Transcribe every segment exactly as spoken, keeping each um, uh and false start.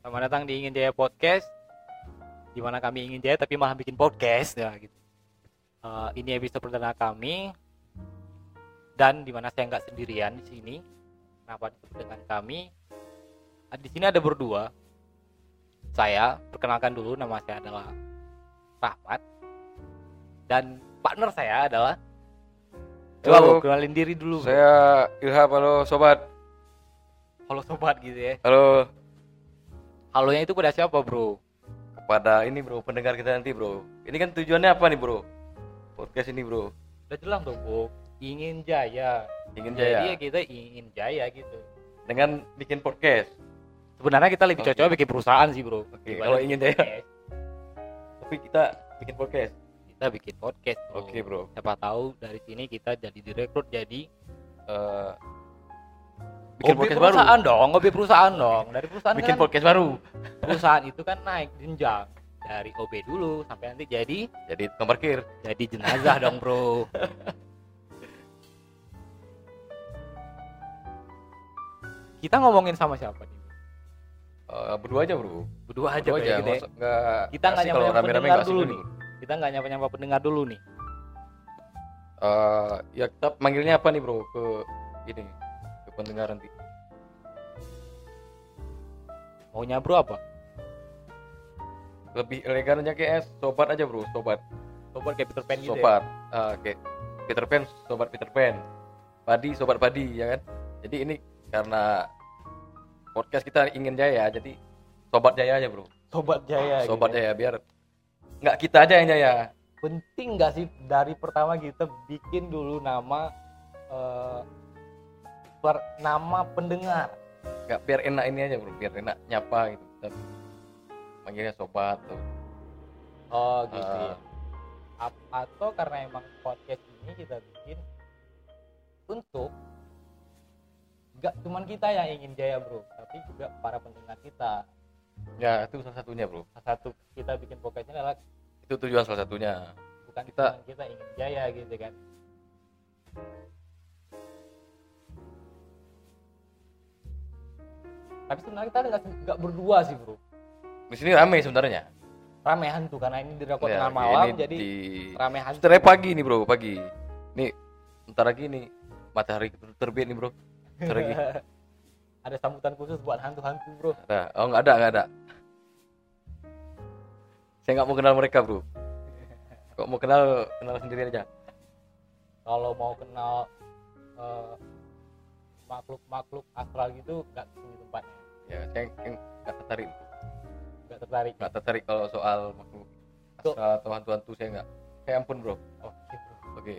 Selamat datang di Ingin Jaya Podcast, di mana kami ingin jaya tapi malah bikin podcast ya gitu. Uh, ini episode perdana kami dan di mana saya nggak sendirian di sini. Kenapa disebut dengan kami? Uh, di sini ada berdua. Saya perkenalkan dulu, nama saya adalah Rahmat dan partner saya adalah. Coba Halo, bro, kenalin diri dulu. Bro. Saya Ilham, halo sobat. Halo sobat gitu ya. Halo. Halonya itu pada siapa bro? Kepada ini bro, pendengar kita nanti bro. Ini kan tujuannya apa nih bro? Podcast ini bro. Udah jelas dong bro, ingin jaya. Ingin Jadi jaya. ya kita ingin jaya gitu. Dengan bikin podcast. Sebenarnya kita lebih Oke. cocok bikin perusahaan sih bro. Oke, Dibanding kalau ingin jaya. podcast. Tapi kita bikin podcast. Kita bikin podcast bro. Oke bro. Siapa tahu dari sini kita jadi direkrut jadi Eh, bikin hobi podcast perusahaan baru. dong, hobi perusahaan dong. Dari perusahaan Bikin kan, podcast baru. perusahaan itu kan naik jenjang dari O B dulu sampai nanti jadi Jadi tukang parkir. jadi jenazah dong bro. Kita ngomongin sama siapa nih? Eh, berdua aja bro. Berdua aja Berdua bro ya, aja. gitu ya. Masuk nggak. Kita nggak asik kalau nyapa-nyapa rame-rame pendengar nggak asik dulu dulu. nih. Kita nggak nyapa-nyapa pendengar dulu nih. Eh, ya kita manggilnya apa nih bro ke ini ke pendengar nanti. Maunya bro apa? Lebih elegan aja kayak sobat aja bro, sobat. Sobat kayak Peter Pan gitu ya? Sobat, ah, kayak Peter Pan, sobat Peter Pan. Padi, sobat padi, ya kan? Jadi ini karena podcast kita ingin jaya, jadi sobat jaya aja bro. Sobat Jaya Sobat gitu ya. jaya, biar nggak kita aja yang jaya. Penting nggak sih dari pertama kita bikin dulu nama eh, per, nama pendengar. Nggak, biar enak ini aja bro, biar enak nyapa gitu. Kita manggilnya sobat tuh. Oh gitu Ah. ya. Ap- Atau karena emang podcast ini kita bikin untuk nggak cuman kita yang ingin jaya bro, tapi juga para pendengar kita. Ya itu salah satunya bro. Salah satu kita bikin podcast ini adalah Itu tujuan salah satunya. bukan Kita- kita kita ingin jaya gitu kan. Tapi sebenarnya kita nggak nggak berdua sih bro. Di sini rame sebenarnya. Rame hantu karena ini direkod Ya, tengah malam ini jadi di rame hantu. sebenarnya pagi nih bro, pagi. Nih, ntar lagi nih matahari terbit nih bro. Ntar lagi. Ada sambutan khusus buat hantu-hantu bro. Ada. Oh nggak ada, nggak ada. Saya nggak mau kenal mereka bro. Kok mau kenal, kenal sendiri aja. Kalau mau kenal eh, makhluk-makhluk astral gitu nggak di tempatnya, Ya, saya yang nggak tertarik. nggak tertarik. Nggak tertarik kalau soal makhluk astral atau hantu-hantu, saya nggak. Saya ampun bro. Oke bro. Oke.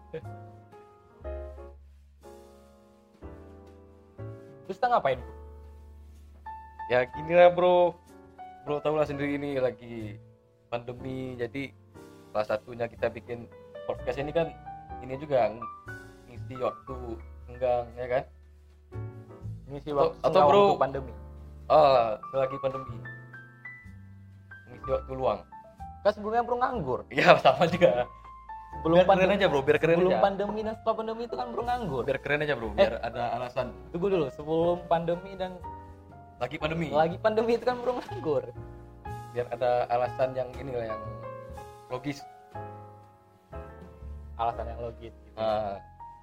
Terus kita ngapain bro? Ya gini lah bro. Bro tau lah sendiri ini lagi pandemi, jadi salah satunya kita bikin podcast ini kan ini juga ngisi waktu senggang ya kan. Ngisi Atau- waktu atau senggang bro- untuk pandemi. Ah, selagi pandemi ngisi waktu luang. Kan sebelumnya bro nganggur. Ya sama juga. Belum Biar keren pandemi aja bro, biar keren Belum aja. pandemi dan setelah pandemi itu kan bro nganggur. Biar keren aja bro, biar ada alasan. Tunggu dulu, sebelum pandemi dan Lagi pandemi. lagi pandemi itu kan bro nganggur. Biar ada alasan yang ini lah, yang logis. Alasan yang logis gitu. Ah,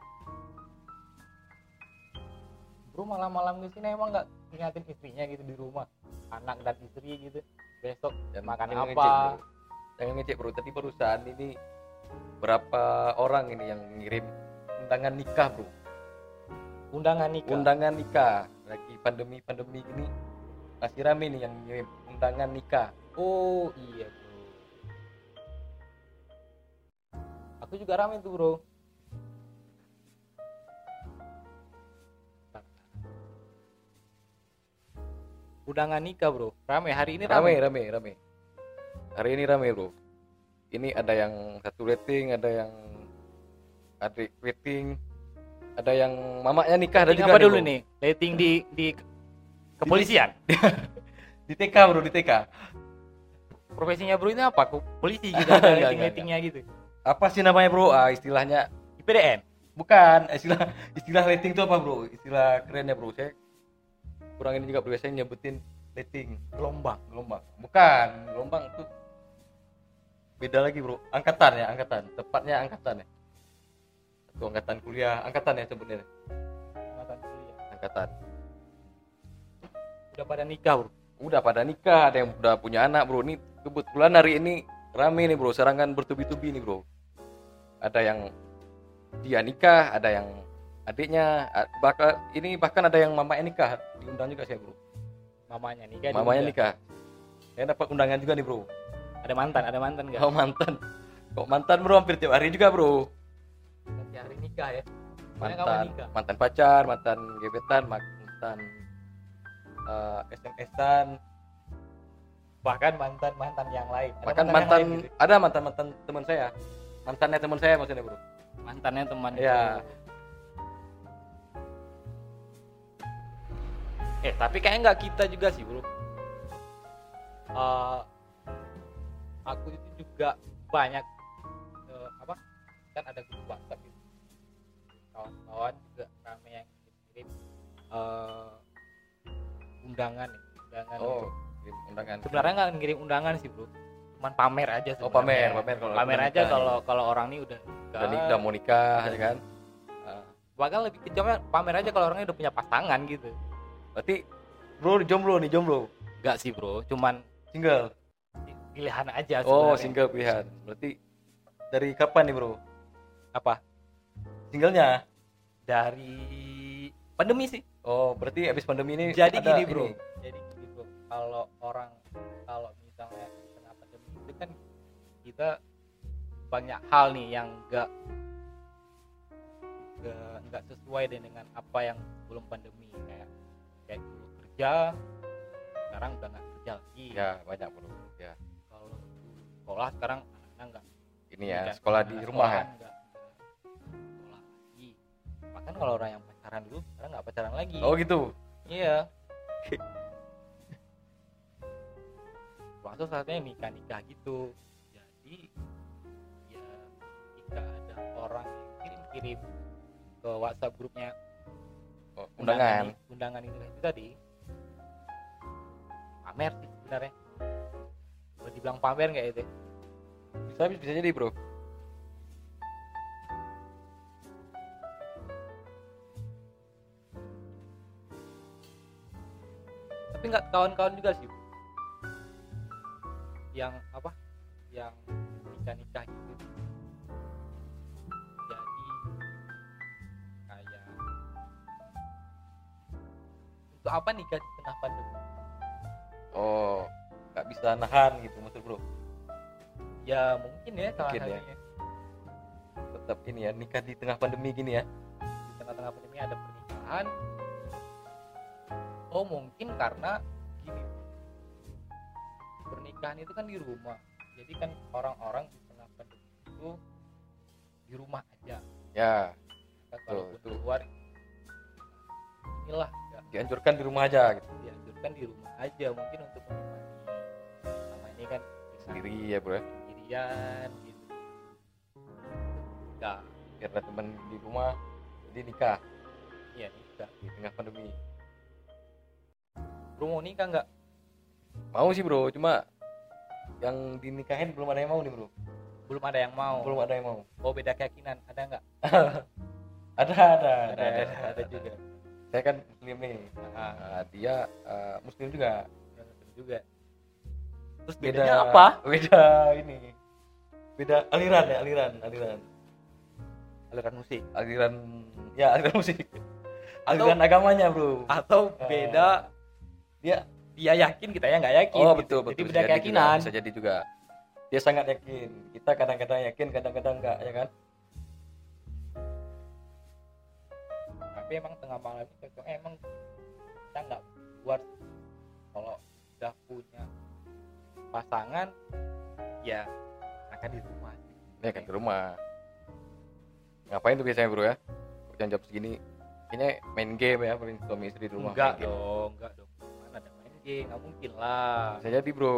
Bro malam-malam di sini emang nggak ingatin istrinya gitu di rumah, anak dan istri gitu. Besok dan makan jangan apa? ngecek, bro. Jangan ngecek bro. Tadi perusahaan ini berapa orang ini yang ngirim undangan nikah bro. Undangan nikah. Undangan nikah. Lagi pandemi-pandemi gini masih rame nih yang ngirim undangan nikah. Oh iya bro. Aku juga rame tuh bro. Undangan nikah bro. Rame hari ini Rame, rame. rame, rame. Hari ini rame bro. Ini ada yang satu rating, ada yang adik rating, ada yang mamanya nikah, ada Rating juga apa nih, dulu bro. nih? Rating di di kepolisian. Di T K bro, di T K. Profesinya bro ini apa? Kok polisi gitu ada Enggak, rating-ratingnya gitu. Apa sih namanya bro? Ah, istilahnya I P D N. bukan istilah istilah rating itu apa bro? Istilah kerennya bro. Saya kurang ini juga bro, saya nyebutin dating Gelombang. gelombang bukan gelombang tuh beda lagi bro, angkatan ya angkatan tepatnya angkatan ya satu angkatan kuliah angkatan ya sebutnya Angkatan kuliah. angkatan Udah pada nikah, Bro. udah pada nikah, ada yang udah punya anak bro. Ini kebetulan hari ini rame nih bro, serangan bertubi-tubi nih bro. Ada yang dia nikah, ada yang adiknya, bahkan ini bahkan ada yang mamanya nikah, diundang juga saya bro. Mamanya nikah. Mamanya diundang. nikah, saya dapat undangan juga nih bro. Ada mantan, ada mantan enggak? Oh mantan, kok mantan bro, hampir tiap hari juga bro. Nanti hari nikah ya. Mana kamu Mantan, nikah? mantan pacar, mantan gebetan, mantan uh, S M S-an, Bahkan mantan-mantan yang lain. Ada bahkan yang mantan, lain gitu? ada mantan-mantan teman saya, mantannya teman saya maksudnya bro. Mantannya teman. Iya. Eh, tapi kayaknya enggak kita juga sih, Bro. Uh, aku itu juga banyak uh, apa? Kan ada grup WhatsApp gitu. Kawan-kawan juga rame yang kirim uh, undangan nih, undangan. Oh, untuk- kirim undangan. Sebenarnya nggak ngirim undangan sih, Bro. Cuman pamer aja Oh, sebenarnya. pamer, pamer kalau Pamer udah aja nikah, kalau kalau orang ini udah nikah. udah, nik- udah mau nikah ya kan. Nah, Bahkan lebih kejamnya pamer aja kalau orangnya udah punya pasangan gitu. berarti bro jomblo nih, jomblo, Enggak sih, Bro. Cuman single. pilihan aja Oh, sebenarnya. single pilihan. Berarti dari kapan nih bro Apa? singlenya? Dari pandemi sih. Oh, berarti abis pandemi ini Jadi ada gini, Bro. ini. Jadi gini, Bro. Kalau orang kalau misalnya di tengah pandemi itu kan kita banyak hal nih yang enggak enggak enggak sesuai dengan apa yang sebelum pandemi, kayak kayak dulu kerja, sekarang udah nggak kerja lagi. Ya banyak bro. Ya Kalau dulu sekolah, sekarang anak-anak nggak ini ya nggak- sekolah di nggak rumah ya. sekolahan, nggak- nggak sekolah lagi. Bahkan kalau orang yang pacaran dulu sekarang nggak pacaran lagi. Oh gitu. Iya. Langsung saatnya nikah-nikah gitu. Jadi ya jika ada orang yang kirim-kirim ke WhatsApp grupnya Oh, undangan. ini- undangan itu, itu tadi pamer sih sebenarnya. Boleh dibilang pamer nggak itu? Bisa bisa jadi bro. Tapi nggak kawan-kawan juga sih yang apa yang nikah-nikah gitu. Jadi kayak untuk apa nikah di tengah pandemi? Oh, nggak bisa nahan gitu maksud bro. Ya mungkin ya salah Mungkin ya. satunya. Tetap ini ya nikah di tengah pandemi gini ya. Di tengah-tengah pandemi ada pernikahan. Oh mungkin karena gini, pernikahan itu kan di rumah, jadi kan orang-orang di tengah pandemi itu di rumah aja Ya kan, kalau betul. keluar inilah ya, dianjurkan di rumah aja gitu. dianjurkan di rumah aja mungkin untuk menikmati sama ini kan Sendiri ya bro. Ya. sendirian gitu. Nah, Biar ada teman di rumah jadi nikah iya nikah. di tengah pandemi. Bro mau nikah nggak? Mau sih bro, cuma yang dinikahin belum ada yang mau nih bro. Belum ada yang mau. Belum ada yang mau. Oh beda keyakinan ada nggak? Ada ada Ada, ada, ada juga. Saya kan muslim nih. Ah, Nah, dia uh, muslim juga. yang betul juga. Terus Beda bedanya apa? Beda ini. Beda aliran ya, aliran, aliran. Aliran musik. Aliran ya, aliran musik. Aliran agamanya, Bro. Atau Ah. beda Dia dia yakin kita ya nggak yakin. oh gitu. betul Jadi betul. beda Bisa jadi keyakinan. juga, bisa jadi juga. Dia sangat yakin. Kita kadang-kadang yakin, kadang-kadang enggak, ya kan? Tapi emang tengah malam itu cocok emang kita nggak buat kalau udah punya pasangan ya akan di rumah. Ya kan di rumah. Ngapain tuh biasanya, Bro ya? Jam-jam segini kayaknya main game ya, paling suami istri di rumah. Enggak main game. dong, enggak dong. Mana ada main game, nggak mungkin lah. Bisa jadi, Bro.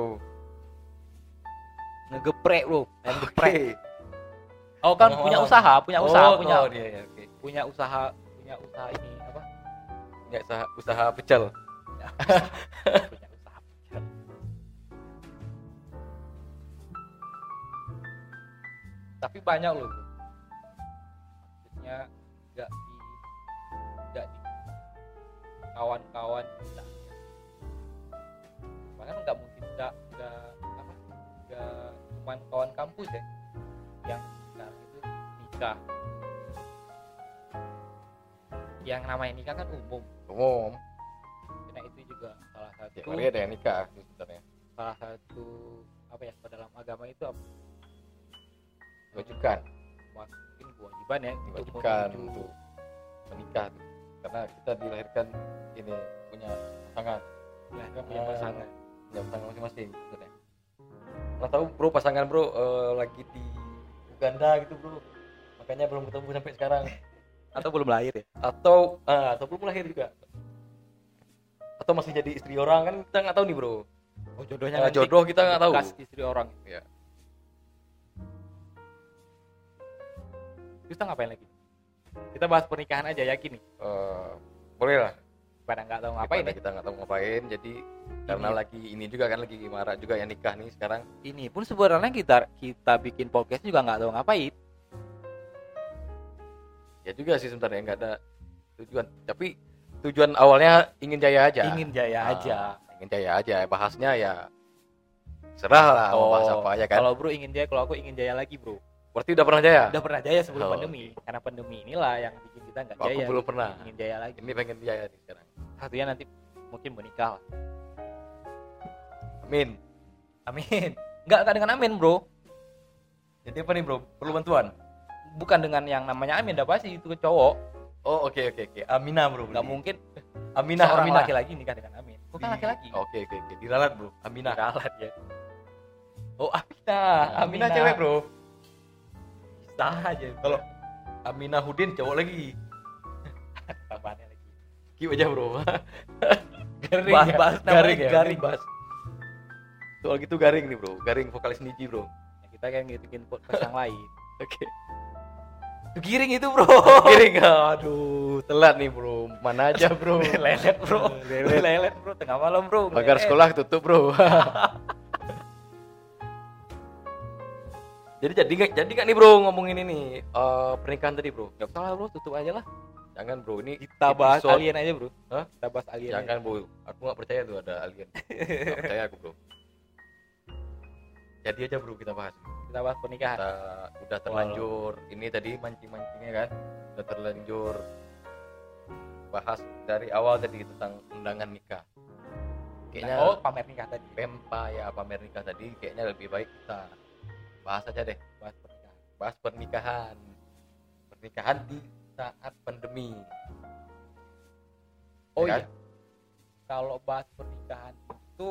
Ngegeprek bro, main Oke. geprek. Oh kan Oh, punya oh. usaha, punya usaha, Oh, punya oh, dia ya, oke. punya usaha, punya usaha ini apa? Punya usaha, usaha pecel. punya usaha tapi banyak loh bro. Maksudnya nggak di nggak di kawan-kawan kita, bahkan nggak mungkin nggak nggak apa nggak cuma kawan kampus ya yang sekarang itu nikah. Yang namanya nikah kan umum, umum karena itu juga salah satu ya, mari ada yang nikah sebenarnya. salah satu apa ya dalam agama itu apa? Diwajibkan Wah, mungkin kewajiban ya untuk diwajibkan menuju untuk menikah tuh. Karena kita dilahirkan ini punya pasangan, dilahirkan punya Ah. pasangan. punya pasangan masing-masing sebenarnya. Pernah tahu bro pasangan bro eh, lagi di Uganda gitu bro, makanya belum ketemu sampai sekarang. Atau belum lahir ya? Atau ah, atau belum lahir juga, atau masih jadi istri orang kan kita nggak tahu nih bro. Oh jodohnya Nah, nanti jodoh kita nggak tahu. bekas istri orang. Ya. Terus kita ngapain lagi? Kita bahas pernikahan aja yakin nih. Eh, boleh lah. Pada nggak tahu ngapain Daripada ya? kita nggak tahu ngapain, jadi karena lagi ini juga kan lagi marak juga yang nikah nih sekarang. Ini pun sebenarnya kita kita bikin podcast juga nggak tahu ngapain. Ya juga sih sebenarnya nggak ada tujuan, tapi tujuan awalnya ingin jaya aja. Ingin jaya Ah, aja. Ingin jaya aja, bahasnya ya serah lah mau bahas apa aja kan. Kalau bro ingin jaya, kalau aku ingin jaya lagi bro. Berarti udah pernah jaya? Udah pernah jaya sebelum Oh, pandemi. Karena pandemi inilah yang bikin kita nggak Aku jaya. belum gitu. pernah. Ingin jaya lagi. Ini pengen jaya nih sekarang. Satunya nanti mungkin menikah lah. Amin. Amin. Nggak nggak dengan amin bro. Jadi apa nih bro? Perlu bantuan? Bukan dengan yang namanya amin, dah pasti itu ke cowok. Oh oke oke oke. Aminah bro. Nggak mungkin Aminah seorang Aminah. laki-laki nikah dengan amin. Bukan Di- laki-laki. Oke oke oke. Diralat bro. Aminah. Diralat ya. Oh Aminah, Aminah cewek bro. Bisa aja. Kalau Aminah Hudin cowok lagi. Apanya lagi? Kiu aja bro. garing Bahas- ya? bahas namanya garing ya. garing. Bahas. Soal gitu garing nih bro. Garing vokalis Niji bro. Ya, kita kan ngitungin podcast yang lain. Oke. Itu giring itu bro. Garing. Aduh, telat nih bro. Mana aja bro. Lelet bro. Lelet. Lelet bro. Tengah malam bro. Pagar Lelet. sekolah tutup bro. jadi jadi nggak jadi nggak nih bro ngomongin ini eh, pernikahan tadi bro? Gak usah lah bro. Tutup aja lah. Jangan bro, ini Kita bahas episode- alien aja bro. Hah? Kita bahas alien. Jangan bro, aku nggak percaya tuh ada alien. Nggak percaya aku bro. Jadi aja bro kita bahas. Aja. Kita bahas pernikahan. Kita udah terlanjur ini tadi mancing-mancingnya kan, udah terlanjur bahas dari awal tadi tentang undangan nikah. Kayaknya Oh pamer nikah tadi. pempa ya pamer nikah tadi kayaknya lebih baik kita bahas aja deh, Bahas pernikahan. bahas pernikahan. Pernikahan di saat pandemi. Oh Ya kan? iya. Kalau bahas pernikahan itu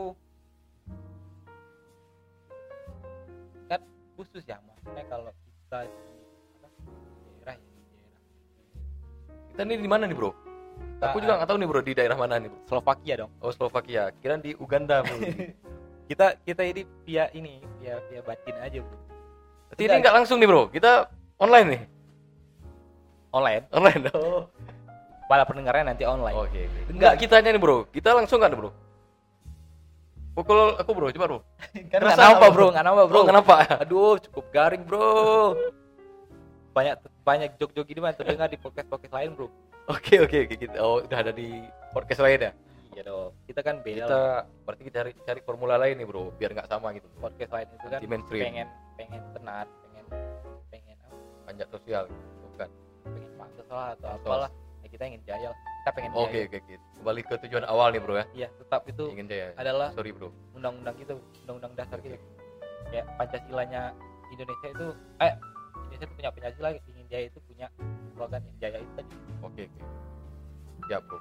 kan khusus ya, maksudnya kalau kita di apa, daerah ya, di daerah Kita nih di mana nih bro? Kita- Aku juga nggak tahu nih bro di daerah mana nih bro. Slovakia dong. Oh Slovakia, kira di Uganda bro. Kita kita ini via ini via via batin aja bro. Berarti ini nggak langsung nih bro, kita online nih. Online. Online. Oh. Para pendengarnya nanti online. Oke. oke. Enggak kitanya nih bro, kita langsung nggak nih bro? Pukul aku bro, coba bro. Kan nggak Rasa nambah apa, bro, nggak nambah bro. Oh, kenapa? Aduh cukup garing bro. Banyak banyak jok-jok ini mah terdengar di podcast podcast lain bro. Oke oke oke. Kita oh udah ada di podcast lain ya. Iya dong. Kita kan beda Kita lah. berarti kita cari cari formula lain nih bro, biar nggak sama gitu. Podcast lain itu kan Anti mainstream, pengen pengen tenar, pengen pengen apa? panjat sosial, bukan? Pengen pantas lah atau Pantas. apalah. Ya, kita ingin jaya lah. Kita pengen jaya. Oke oke oke. Kembali ke tujuan awal nih bro ya. Iya, tetap itu Ingin jaya. adalah Sorry bro. undang-undang kita, undang-undang dasar Oke. kita. Kayak Pancasilanya Indonesia itu eh Indonesia itu punya Pancasila, ingin jaya itu punya slogan yang jaya itu tadi. Oke oke. Siap bro.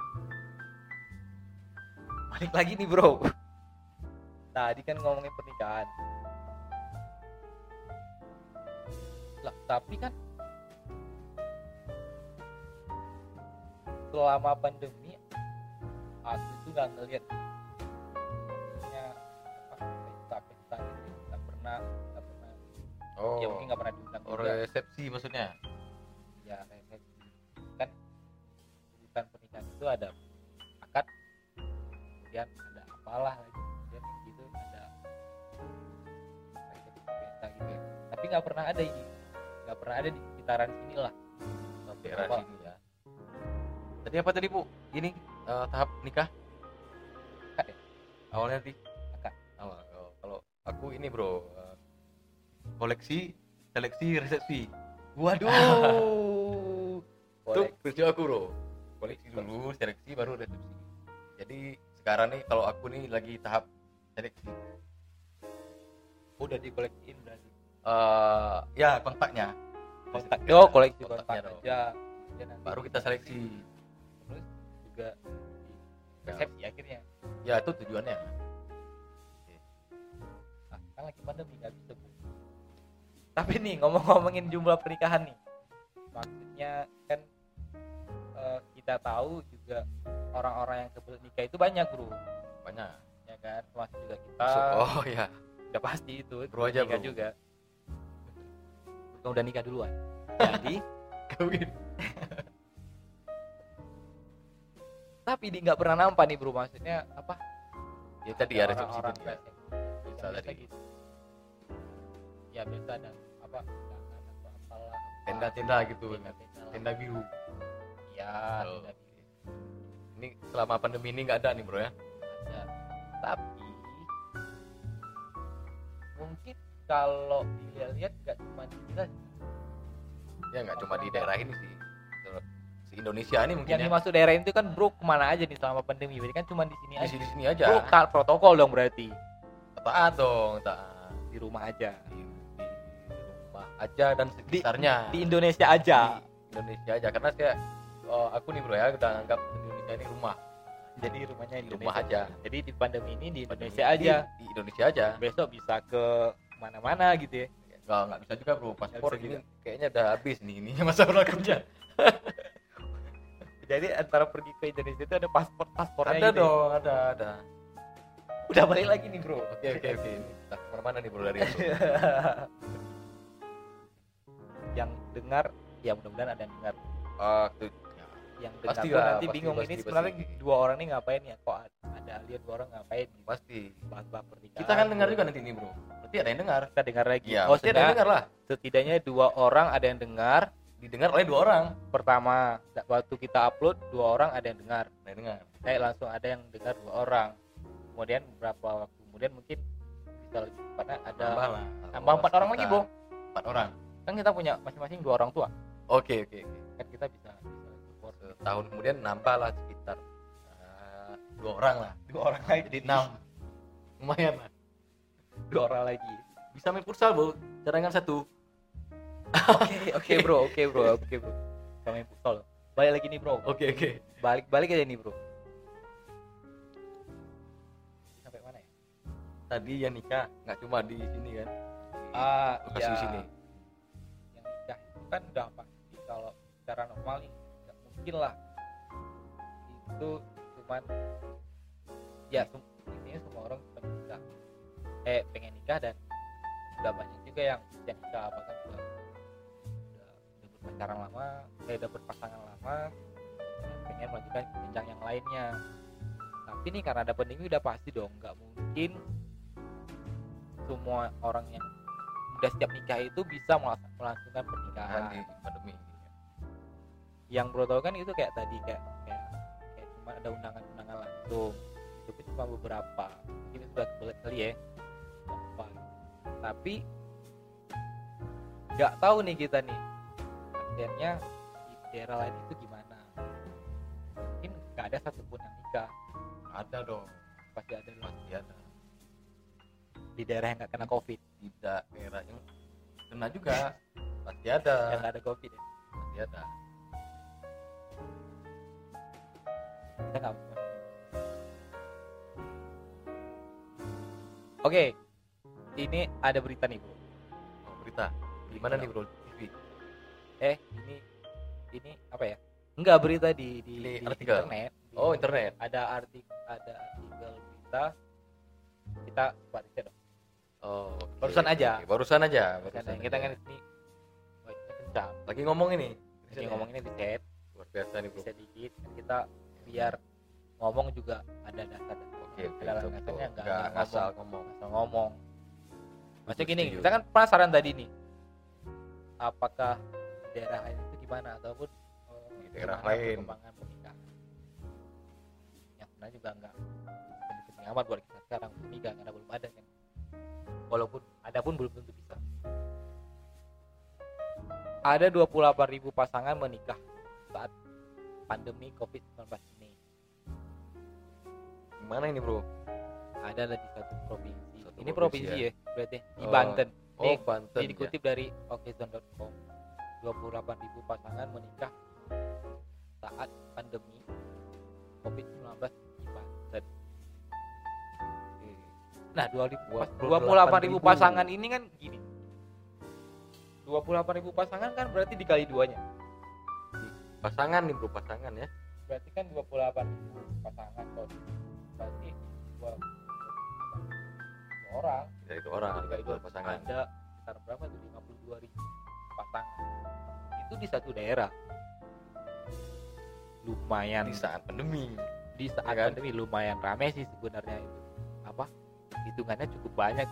Balik lagi nih bro. Tadi kan ngomongin pernikahan. Lah, tapi kan selama pandemi aku itu nggak ngeliat maksudnya apa pesta-pesta gitu nggak pernah nggak pernah Oh. ya mungkin nggak pernah diundang Oh, juga resepsi maksudnya. ya resepsi kan urusan pernikahan itu ada akad kemudian ada apalah lagi kemudian gitu ada resepsi pesta gitu ya tapi nggak pernah ada ini pernah ada di sekitaran sini lah. daerah Apa? sini ya. Tadi apa tadi Bu? Ini eh, tahap nikah Akad ya? awalnya nanti. Akad. Awal. Oh, kalau aku ini bro, eh, koleksi, seleksi, resepsi. Waduh. Itu Kolek- prinsip aku bro. Koleksi dulu, seleksi baru resepsi. Jadi sekarang nih kalau aku nih lagi tahap seleksi. udah dikoleksiin berarti. Eh ya kontaknya. Kontak. Oh, koleksi kontak Kontaknya dong. aja. Kemudian nanti Baru kita seleksi. terus juga di resepsi akhirnya. Ya itu tujuannya. Nah, kan lagi pandemi nggak bisa Bu. Tapi nih ngomong-ngomongin jumlah pernikahan nih, maksudnya kan eh, kita tahu juga orang-orang yang kebelet nikah itu banyak bro, Banyak. ya kan, termasuk juga kita. Oh ya. Udah pasti itu Bro aja, nikah bro. juga. Udah nikah duluan. Jadi Kawin. tapi dia nggak pernah nampak nih bro, maksudnya apa? Ya tadi ya Ada resepsi orang-orang tadi ya. yang- Bisa yang biasa tadi. gitu. Ya biasa ada apa? Undangan atau apalah. Tenda-tenda gitu. Tenda-tenda lah. Tenda biru. Iya, Oh. tenda biru. Ini selama pandemi ini nggak ada nih bro ya. Ada. Tapi mungkin kalau dilihat-lihat nggak cuma di kita sih. Ya nggak cuma di daerah ini sih. Si Indonesia ini mungkin Yang ya. dimaksud daerah itu kan bro kemana aja nih selama pandemi, berarti kan cuma di sini Di aja. sini sini aja. Bro taat protokol dong berarti, Taat dong, taat. di rumah aja, Di, di rumah aja dan sekitarnya. di Indonesia aja. Di Indonesia aja karena saya oh, aku nih bro ya udah anggap Indonesia ini rumah. Jadi rumahnya Di Indonesia. rumah aja. Jadi di pandemi ini di Indonesia Di- aja. Di Indonesia aja. Besok bisa ke mana-mana gitu ya. Nggak nggak bisa juga bro. Paspor bisa ini juga. kayaknya udah habis nih ini masa berlakunya. Jadi antara pergi ke Indonesia itu ada paspor-paspornya Ada gitu ya. dong, ada ada. Udah balik lagi nih bro. Oke oke oke. Ini kita kemana-mana nih bro dari itu. Yang dengar, ya mudah-mudahan ada yang dengar. Ah, tuh. Yang dengar Pasti tuh lah, nanti pasti, bingung pasti, ini pasti. sebenarnya dua orang ini ngapain ya? Kok ada lihat dua orang ngapain? Gitu. Pasti. Bahas-bahas pernikahan. Kita kan dengar juga nanti nih bro. Berarti ada yang dengar. Kita dengar lagi. Iya, oh, pasti ada yang dengar lah. setidaknya dua orang ada yang dengar. Didengar oleh dua orang. Pertama, waktu kita upload dua orang ada yang dengar. Ada yang dengar. Eh langsung ada yang dengar dua orang. Kemudian beberapa waktu kemudian mungkin bisa lebih cepatnya ada Tambah lah. tambah empat orang lagi, Bro. Empat orang. Kan kita punya masing-masing dua orang tua. Oke oke oke. Kan kita bisa bisa support Setahun kemudian nambah lah sekitar ah, dua orang lah. dua orang lagi. Jadi enam. Lumayan lah. Dua orang lagi. Bisa main futsal bro. Cadangan satu. Oke, oke, Bro. Oke, Bro. Oke, Bro. Kita main futsal. Balik lagi nih, Bro. Oke oke. Balik-balik aja nih, Bro. Sampai mana ya? Tadi yang nikah nggak cuma di sini kan. Di Ah, lokasi iya. sini. Yang nikah itu kan udah pasti kalau secara normal nih nggak mungkin lah itu cuman ya sem- intinya semua orang pengen nikah eh pengen nikah dan udah banyak juga yang udah nikah bahkan udah udah, udah berpacaran lama eh udah berpasangan lama dan pengen melanjutkan ke jenjang yang lainnya. Tapi nih karena ada pandemi udah pasti dong nggak mungkin semua orang yang udah siap nikah itu bisa melas- melangsungkan pernikahan. Di pandemi ini. Yang bro tau kan itu kayak tadi kayak kayak, kayak cuma ada undangan-undangan langsung itu pun cuma beberapa mungkin itu sudah kebelet kali ya Gampang. Tapi nggak tahu nih kita nih akhirnya di daerah lain itu gimana, mungkin nggak ada satupun yang nikah, Ada dong. pasti ada loh Pasti ada. di daerah yang nggak kena covid, Di daerah yang kena juga. Pasti ada. yang nggak ada covid ya. Pasti ada. Kita nggak oke, ini ada berita nih bro. Oh, berita. Di mana nih bro? T V. Eh ini ini apa ya? Enggak, berita di di, Ini di artikel? internet. Di- Oh, internet. Ada artikel ada artikel berita. Kita baca dong. Oh, oke, Barusan oke, aja. oke. Barusan aja. Karena Barusan kita aja. kan ini wajibnya kencang. Lagi ngomong ini. Jadi ngomonginnya di set, Luar biasa nih bro. bisa dikit. Kan kita biar ngomong juga ada dasar. Oke, oke. Ada betul, landasannya, betul. nggak Nggak nggak asal ngomong. ngomong. Asal ngomong. Maksudnya gini, Setuju. kita kan penasaran tadi nih. apakah daerah lain itu gimana ataupun uh, Di daerah gimana lain. perkembangan pernikahan. Yang sebenarnya juga enggak penting amat buat kita sekarang menikah karena belum ada kan. Walaupun ada pun belum tentu bisa. Ada dua puluh delapan ribu pasangan menikah saat pandemi covid sembilan belas ini. Gimana ini bro? Ada di satu provinsi. Satu Ini provinsi provinsi ya, berarti di Oh. Banten. Oh Ini, Banten ini dikutip dari okezone dot com. dua puluh delapan ribu pasangan menikah saat pandemi covid sembilan belas di Banten. Nah, dua puluh delapan ribu pasangan ini kan gini. dua puluh delapan ribu pasangan kan berarti dikali duanya. ya. Pasangan nih bro, pasangan ya. Berarti kan dua puluh delapan ribu pasangan toh. Berarti dua orang. Dari itu orang, Dari dari itu itu pasangan. ada sekitar berapa tuh lima puluh dua ribu pasangan. Itu di satu daerah. Lumayan Di saat pandemi. di saat Ya kan? pandemi lumayan ramai sih sebenarnya itu. Apa? Hitungannya cukup banyak.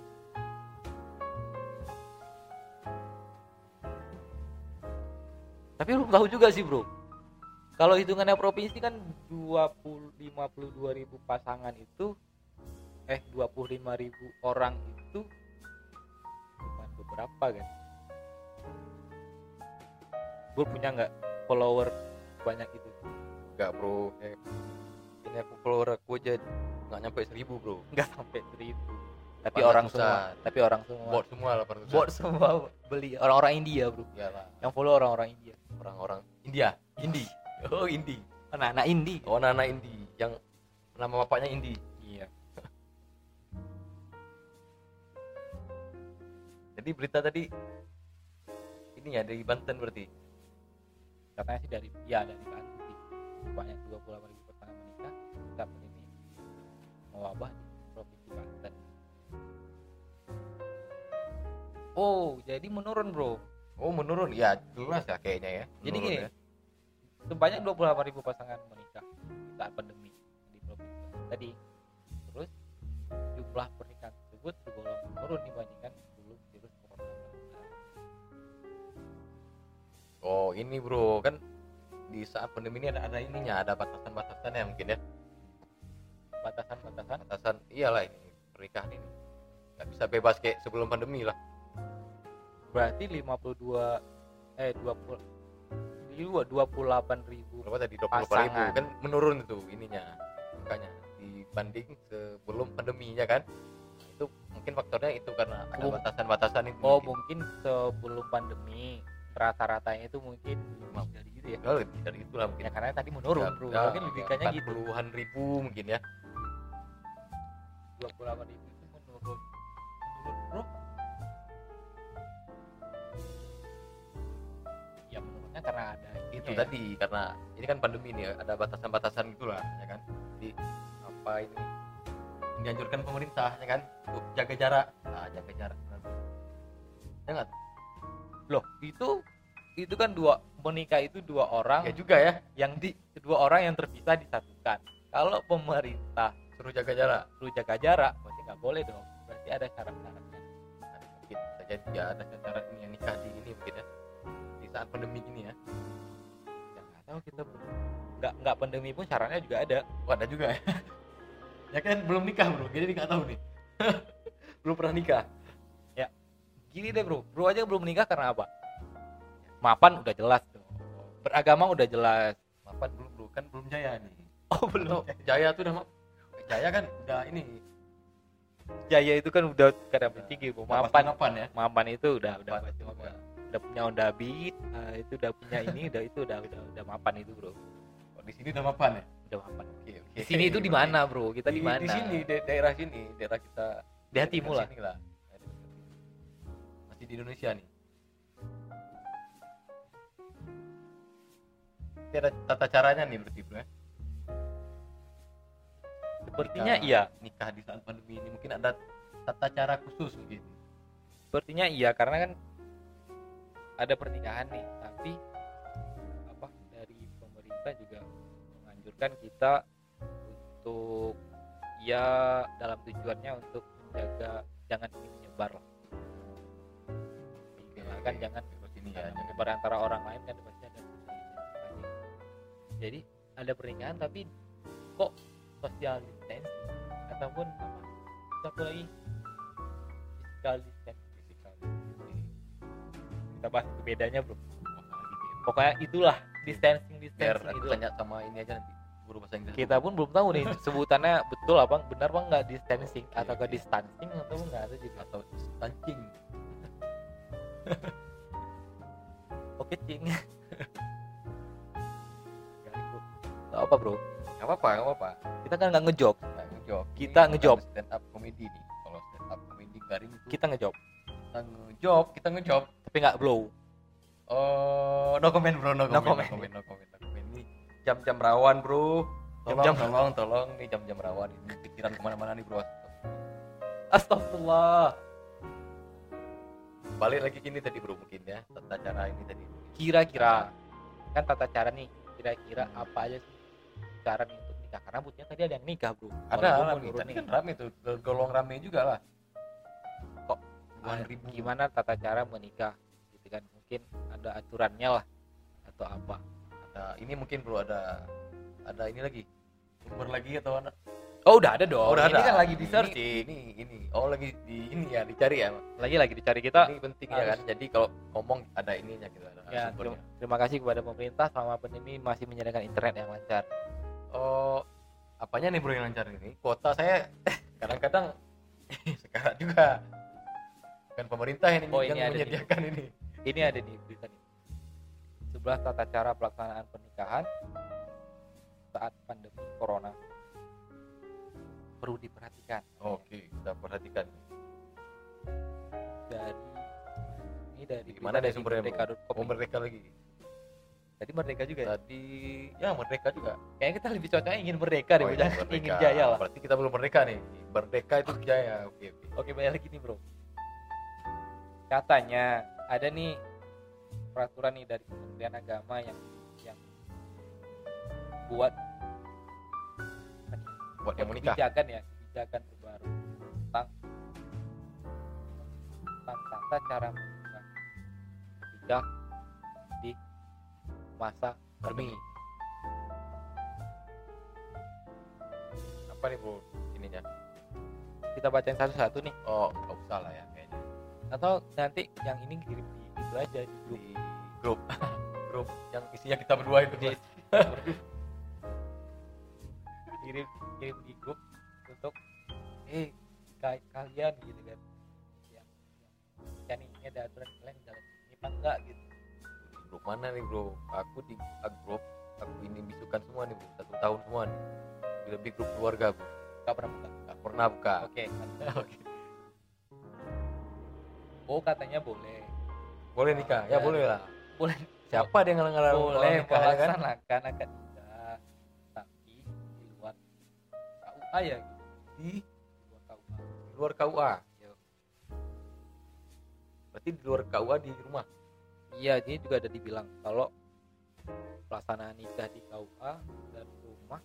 Tapi belum tahu juga sih bro. Kalau hitungannya provinsi kan dua puluh lima puluh dua ribu pasangan itu eh dua puluh lima ribu orang itu cuma beberapa kan. Gue punya nggak follower banyak itu? Enggak bro, eh, ini aku follower aku aja nggak nyampe seribu bro. Nggak sampai seribu. Tapi Delapan orang ratusan. semua, tapi orang semua. Bot semua delapan ratus. Bot semua beli orang-orang India bro. Iyalah, Yang follow orang-orang India. orang-orang India, Indi. Oh Indi. Anak-anak Indi. Oh anak-anak Indi yang nama bapaknya Indi. Iya. Jadi berita tadi ini ya dari Banten berarti. Katanya sih dari ya dari Banten sih. Banyak dua puluh delapan ribu pasangan menikah saat pandemi mewabah di provinsi Banten. Oh, jadi menurun bro. Oh menurun, ya jelas ya kayaknya ya. Jadi Menurun gini, ya. sebanyak dua puluh delapan ribu pasangan menikah saat pandemi di provinsi Banten tadi. Terus jumlah pernikahan tersebut tergolong menurun dibandingkan sebelum virus corona sembilan belas. Oh ini bro, kan di saat pandemi ini ada ada ininya, ada batasan-batasannya mungkin ya. Batasan-batasan. Batasan, iyalah ini pernikahan ini nggak bisa bebas kayak sebelum pandemi lah. Berarti lima puluh dua eh dua puluh dua puluh delapan ribu Berapa tadi dua puluh ribu pasangan. kan menurun itu ininya, makanya dibanding sebelum pandeminya kan. Itu mungkin faktornya itu karena ada Oh. batasan-batasan itu. Oh, mungkin. mungkin sebelum pandemi rata-ratanya itu mungkin lebih dari gitu ya. Ya, lebih dari itu lah mungkin. Ya karena tadi menurun, Ya, bro. ya, Mungkin logikanya empat gitu. puluhan ribu mungkin ya. dua puluh delapan ribu itu menurun. Menurun, bro. Ya menurunnya karena ada Itu ininya ya. tadi karena ini kan pandemi nih, ada batasan-batasan gitulah ya kan. Jadi apa ini yang dianjurkan pemerintah ya kan untuk jaga jarak. Nah, jaga jarak. Ya enggak? Loh, itu itu kan dua menikah itu dua orang Ya juga ya, yang di dua orang yang terpisah disatukan. Kalau pemerintah suruh jaga jarak. perlu jaga jarak, berarti nggak boleh dong. Berarti ada syarat-syaratnya. Nah, mungkin bisa jadi ya ada syarat ini yang nikah di ini mungkin ya. Di saat pandemi gini ya. Ya nggak tahu kita bro. Nggak nggak pandemi pun syaratnya juga ada. Oh, ada juga ya. Ya kan belum nikah bro, jadi nggak tahu nih. Belum pernah nikah. Gini deh bro, bro aja belum menikah karena apa? Mapan udah jelas tuh. Beragama udah jelas. Mapan belum bro, kan belum jaya nih. Oh Atau jaya tuh udah ma- jaya kan udah ini. Jaya itu kan udah kadang tinggi bro. Mapan, mapan ya. mapan itu udah udah Mapan itu udah, udah. udah punya Honda Beat, uh, itu udah punya ini, udah itu udah udah udah mapan itu bro. Oh, di sini udah mapan ya. Udah mapan. Oke, oke. Di sini itu di mana bro? Kita di mana? Di sini da- daerah sini, daerah kita Di hatimu lah. sini lah. Masih di Indonesia nih. Ini ada tata caranya nih berarti bro ya. Sepertinya Nikah- iya. Nikah di saat pandemi ini mungkin ada tata cara khusus mungkin. Sepertinya iya karena kan ada pernikahan nih, tapi apa dari pemerintah juga menganjurkan kita untuk ya dalam tujuannya untuk menjaga jangan ini menyebar lah. Kan jangan Iya, Karena menyebar antara orang lain kan pasti ada social distancing. Jadi ada pernikahan tapi kok social distancing ataupun apa? Satu lagi physical distancing. Physical. Kita bahas itu bedanya bro. Apalagi game. Pokoknya itulah distancing Biar distancing aku itu. tanya sama ini aja nanti guru bahasa Inggris. Kita pun belum tahu nih sebutannya betul apa benar apa enggak distancing Oke, atau ke oke. distancing atau enggak ada juga. Atau stancing. Oke cing. Gak apa bro, Gak apa-apa, gak apa-apa. kita kan nggak ngejob, Nah, ngejob. Kita Ini ngejob. bukan stand up comedy nih. Kalau stand up comedy garing itu kita ngejob, kita ngejob, kita ngejob. tapi nggak blow. Oh, no comment bro, no comment, no comment. comment, no comment, no comment. Ini jam-jam rawan bro. Tolong, Jam-jam. tolong, tolong. Nih jam-jam rawan. Ini pikiran kemana-mana nih bro. Astagfirullah. Balik lagi gini tadi bro mungkin ya. Tata cara ini tadi. Kira-kira kan tata cara nih, kira-kira apa aja sih cara nih untuk nikah? Karena buktinya tadi ada yang nikah bro. Ada Walaupun rame. menurut Tadi nih, kan rame tuh. Golong rame juga lah. Kok Puluhan ah, ribu. gimana tata cara menikah? Gitu kan? Mungkin ada aturannya lah atau apa? Ada ini mungkin bro ada ada ini lagi. Umur lagi atau ada? Oh udah ada dong. Oh, udah ini ada. kan lagi di Ini- searching. Ini, ini Oh lagi di ini ya dicari ya. Lagi lagi dicari kita. Ini penting ya harus- kan. Jadi kalau ngomong ada ininya gitu ada Ya, sumbernya. terima, terima kasih kepada pemerintah selama pandemi masih menyediakan internet yang lancar. Oh, apanya nih bro yang lancar ini? Kuota saya kadang-kadang sekarang juga kan pemerintah ini Oh, yang ini ada di- menyediakan ini. Ini ada di berita nih. sebelas tata cara pelaksanaan pernikahan saat pandemi corona perlu diperhatikan. Oke, kita perhatikan. Dari ini dari Di mana berita deh sumbernya, merdeka bro? dot com. Oh, merdeka lagi. Tadi merdeka juga ya? Tadi ya merdeka juga. Kayaknya kita lebih cocoknya ingin merdeka deh, Oh, iya, jangan merdeka. ingin jaya lah. Berarti kita belum merdeka nih. Merdeka itu jaya. Oke, oke. Oke, balik lagi nih bro. Katanya ada nih peraturan nih dari Kementerian Agama yang yang buat Buat yang menikah. kebijakan ya, kebijakan terbaru tentang tentang tata cara menikah bijak di masa pandemi. Apa nih bro ininya? Kita bacain satu-satu nih, Oh, nggak usah lah ya kayaknya. atau nanti yang ini kirim di itu aja di grup. Di grup. Grup yang isinya kita berdua itu. Di- kirim kirim di grup untuk eh ka- kalian gitu kan yang yang ini ini ada aturan kalian jalan ini apa enggak gitu. Di grup mana nih bro? Aku di a- grup aku ini bisukan semua nih bro. Satu tahun semua nih. Lebih grup keluarga bro. Enggak pernah buka. Nggak pernah buka. Oke. Oke. Oh katanya boleh. Boleh nikah? Ya Ya. boleh lah. Boleh. Siapa dia ngelarang Boleh nikah ya kan? melaksanakan akad nikah tapi di luar K U A ya gitu. Di Di luar K U A. di luar K U A. Yo. Berarti di luar K U A di rumah. Iya, dia juga ada dibilang kalau pelaksanaan nikah di K U A dan rumah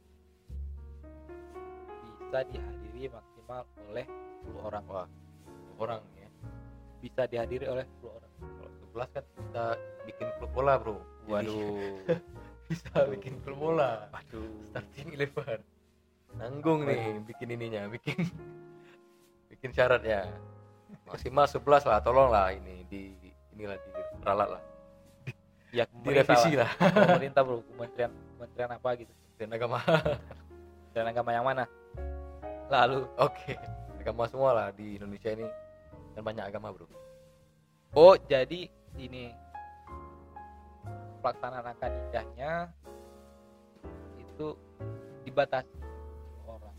bisa dihadiri maksimal oleh sepuluh orang. Wah, orang ya. Bisa dihadiri oleh sepuluh orang. Kalau sebelas kan kita bikin klub bola bro. Jadi, Waduh. bisa Aduh. bikin klub bola. Waduh. Starting eleven. Nanggung nih bikin ininya, bikin bikin syarat ya. Maksimal sebelas lah, tolonglah ini di inilah di ralat lah. Ya, Direvisi lah. Pemerintah bro, kementerian kementerian apa gitu. Dan agama. Dan agama yang mana? Lalu, Oke. Agama semua lah di Indonesia ini dan banyak agama bro. oh jadi ini pelaksanaan akad nikahnya itu dibatasi orang.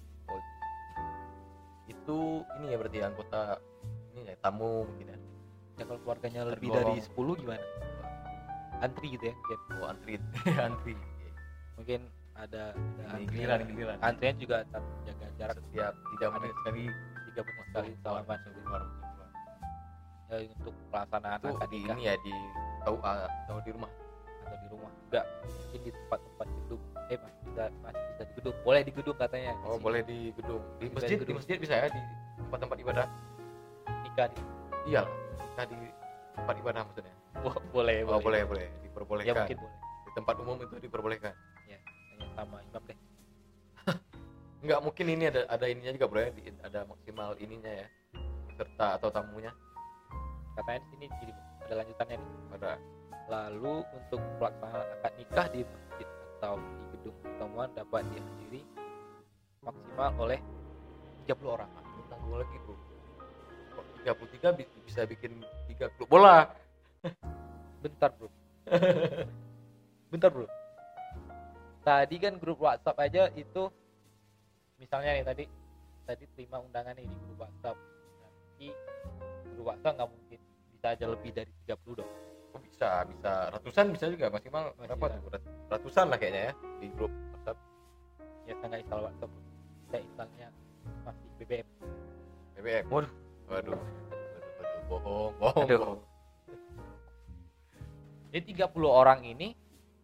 Itu ini ya berarti anggota ini ya tamu mungkin ya. Ya kalau keluarganya lebih Tergolong. dari sepuluh gimana? Antri gitu ya mungkin. Oh antri, antri. Mungkin ada, ada Ini antri. giliran, giliran. Antrian juga tetap jaga jarak Setiap tiga menit sekali tiga menit sekali salaman masuk keluar, masuk keluar. ya, untuk pelaksanaan Itu akad di nikah ini ya di K U A atau di rumah. atau di rumah enggak mungkin di tempat-tempat gedung eh masih bisa masih bisa di gedung boleh di gedung katanya di Oh sini. boleh di gedung. Di Bisa masjid, di di gedung. masjid bisa ya di tempat-tempat ibadah. nikah di Iya lah. Kita di tempat ibadah maksudnya. Bo- boleh, Oh, boleh, boleh. boleh. Ya Diperbolehkan. mungkin boleh. Di tempat umum itu diperbolehkan. Ya, hanya sama imam deh. Enggak, mungkin ini ada ada ininya juga, Bro ya. Di- Ada maksimal ininya ya. Peserta atau tamunya. Katanya di sini gini, Bu, ada lanjutannya nih. Ada. Lalu untuk pelaksanaan akad nikah di masjid atau di gedung pertemuan dapat dihadiri maksimal oleh tiga puluh orang. Tanggung lagi, Bro. Kok tiga puluh tiga bi- bisa bikin tiga klub bola? Bentar, Bro. Bentar, Bro. Tadi kan grup WhatsApp aja itu misalnya nih tadi tadi terima undangan nih di grup WhatsApp. Nanti grup WhatsApp nggak mungkin bisa aja lebih dari tiga puluh dong. Oh, bisa, bisa ratusan bisa juga maksimal Oh, berapa iya. tuh? Rat- Ratusan lah kayaknya ya di grup WhatsApp. Ya saya nggak install WhatsApp, Bro. Saya installnya masih B B M. B B M. Waduh. Waduh. Waduh, waduh, bohong, bohong, Aduh. bohong. Jadi tiga puluh orang ini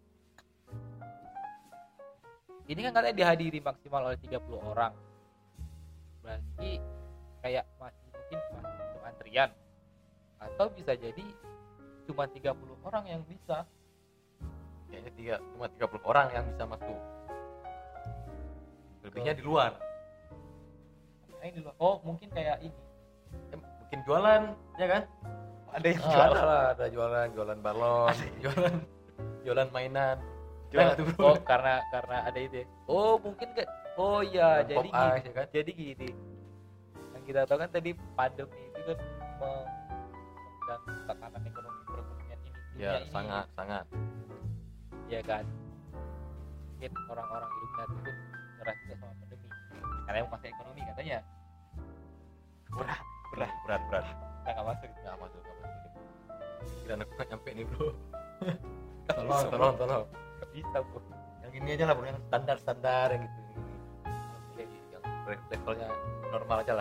ini kan katanya dihadiri maksimal oleh tiga puluh orang. Berarti kayak masih mungkin masih sistem antrian. Atau bisa jadi cuma tiga puluh orang yang bisa. Kayaknya tiga, cuma tiga puluh orang yang bisa masuk. Lebihnya di luar. Nah, di luar. Oh, mungkin kayak ini. Eh, mungkin jualan, ya kan? Ada yang Ah, jual. ada lah, ada jualan, jualan balon, jualan, jualan mainan. Jual. Nah, tuh, bro. Oh, karena karena ada itu. Ya. Oh, mungkin kan. Oh iya, Jualan jadi pop gini. ice, ya kan? Jadi gini. Yang kita tahu kan tadi pandemi itu kan meng- dan tekanan ekonomi perekonomian ini dunia Ya, ini, sangat, sangat. ya kan, mungkin orang-orang Illuminati pun ngerasa juga sama pandemi karena masa ekonomi katanya Berat, berat, berat, berat. kita nggak masuk. Nggak masuk, nggak masuk. Kira aku nggak nyampe nih, bro. Tolong, tolong, tolong. Nggak bisa, Bro. Yang ini aja lah, bro, yang standar-standar yang gitu. Oke, yang levelnya normal aja lah.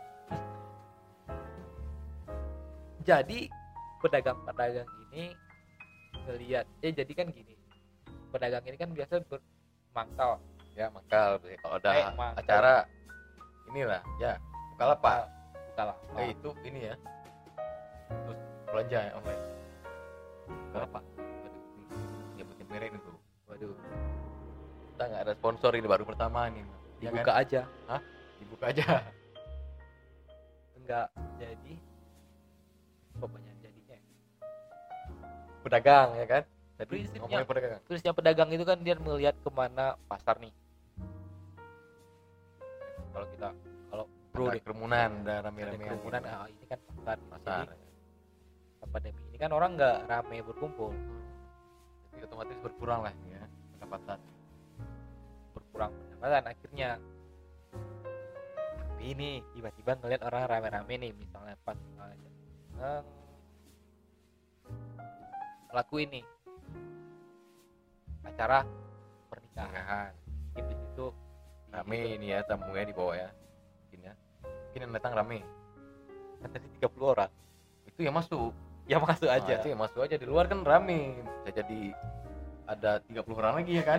Jadi pedagang-pedagang ini ngelihat, eh jadi kan gini, pedagang ini kan biasa bermangkal. Ya, mangkal kalau ada Eh, mangkal. acara inilah, ya. Bukalapak. Bukalapak. Eh, itu ini ya. Terus belanja ya, online. Bukalapak. Waduh, ini nyebutin merek nih, bro. Waduh, Kita nggak ada sponsor ini, baru pertama nih. Ya dibuka kan? aja. Dibuka aja. Enggak jadi. Pokoknya jadinya. Pedagang ya kan? Tadi Prinsipnya- ngomongin pedagang. Terusnya pedagang itu kan dia melihat kemana pasar nih. Kalau kita, kalau bro Ada deh, kerumunan, ada ada rame-rame kerumunan, ah, ini kan pasar. pasar. Jadi pandemi ini kan orang nggak rame berkumpul, Jadi otomatis berkurang lah ya pendapatan. berkurang pendapatan akhirnya. Tapi ini tiba-tiba ngelihat orang rame-rame nih, misalnya pas aja eh, lakuin nih acara pernikahan, Pernikahan. mungkin di situ di Rame situ ini ya tamunya di bawah ya. Mungkin ya. Mungkin yang datang rame. kan tadi tiga puluh orang Itu yang masuk. ya masuk Nah, aja. itu yang masuk aja, di luar kan rame. Bisa jadi ada tiga puluh orang lagi ya kan?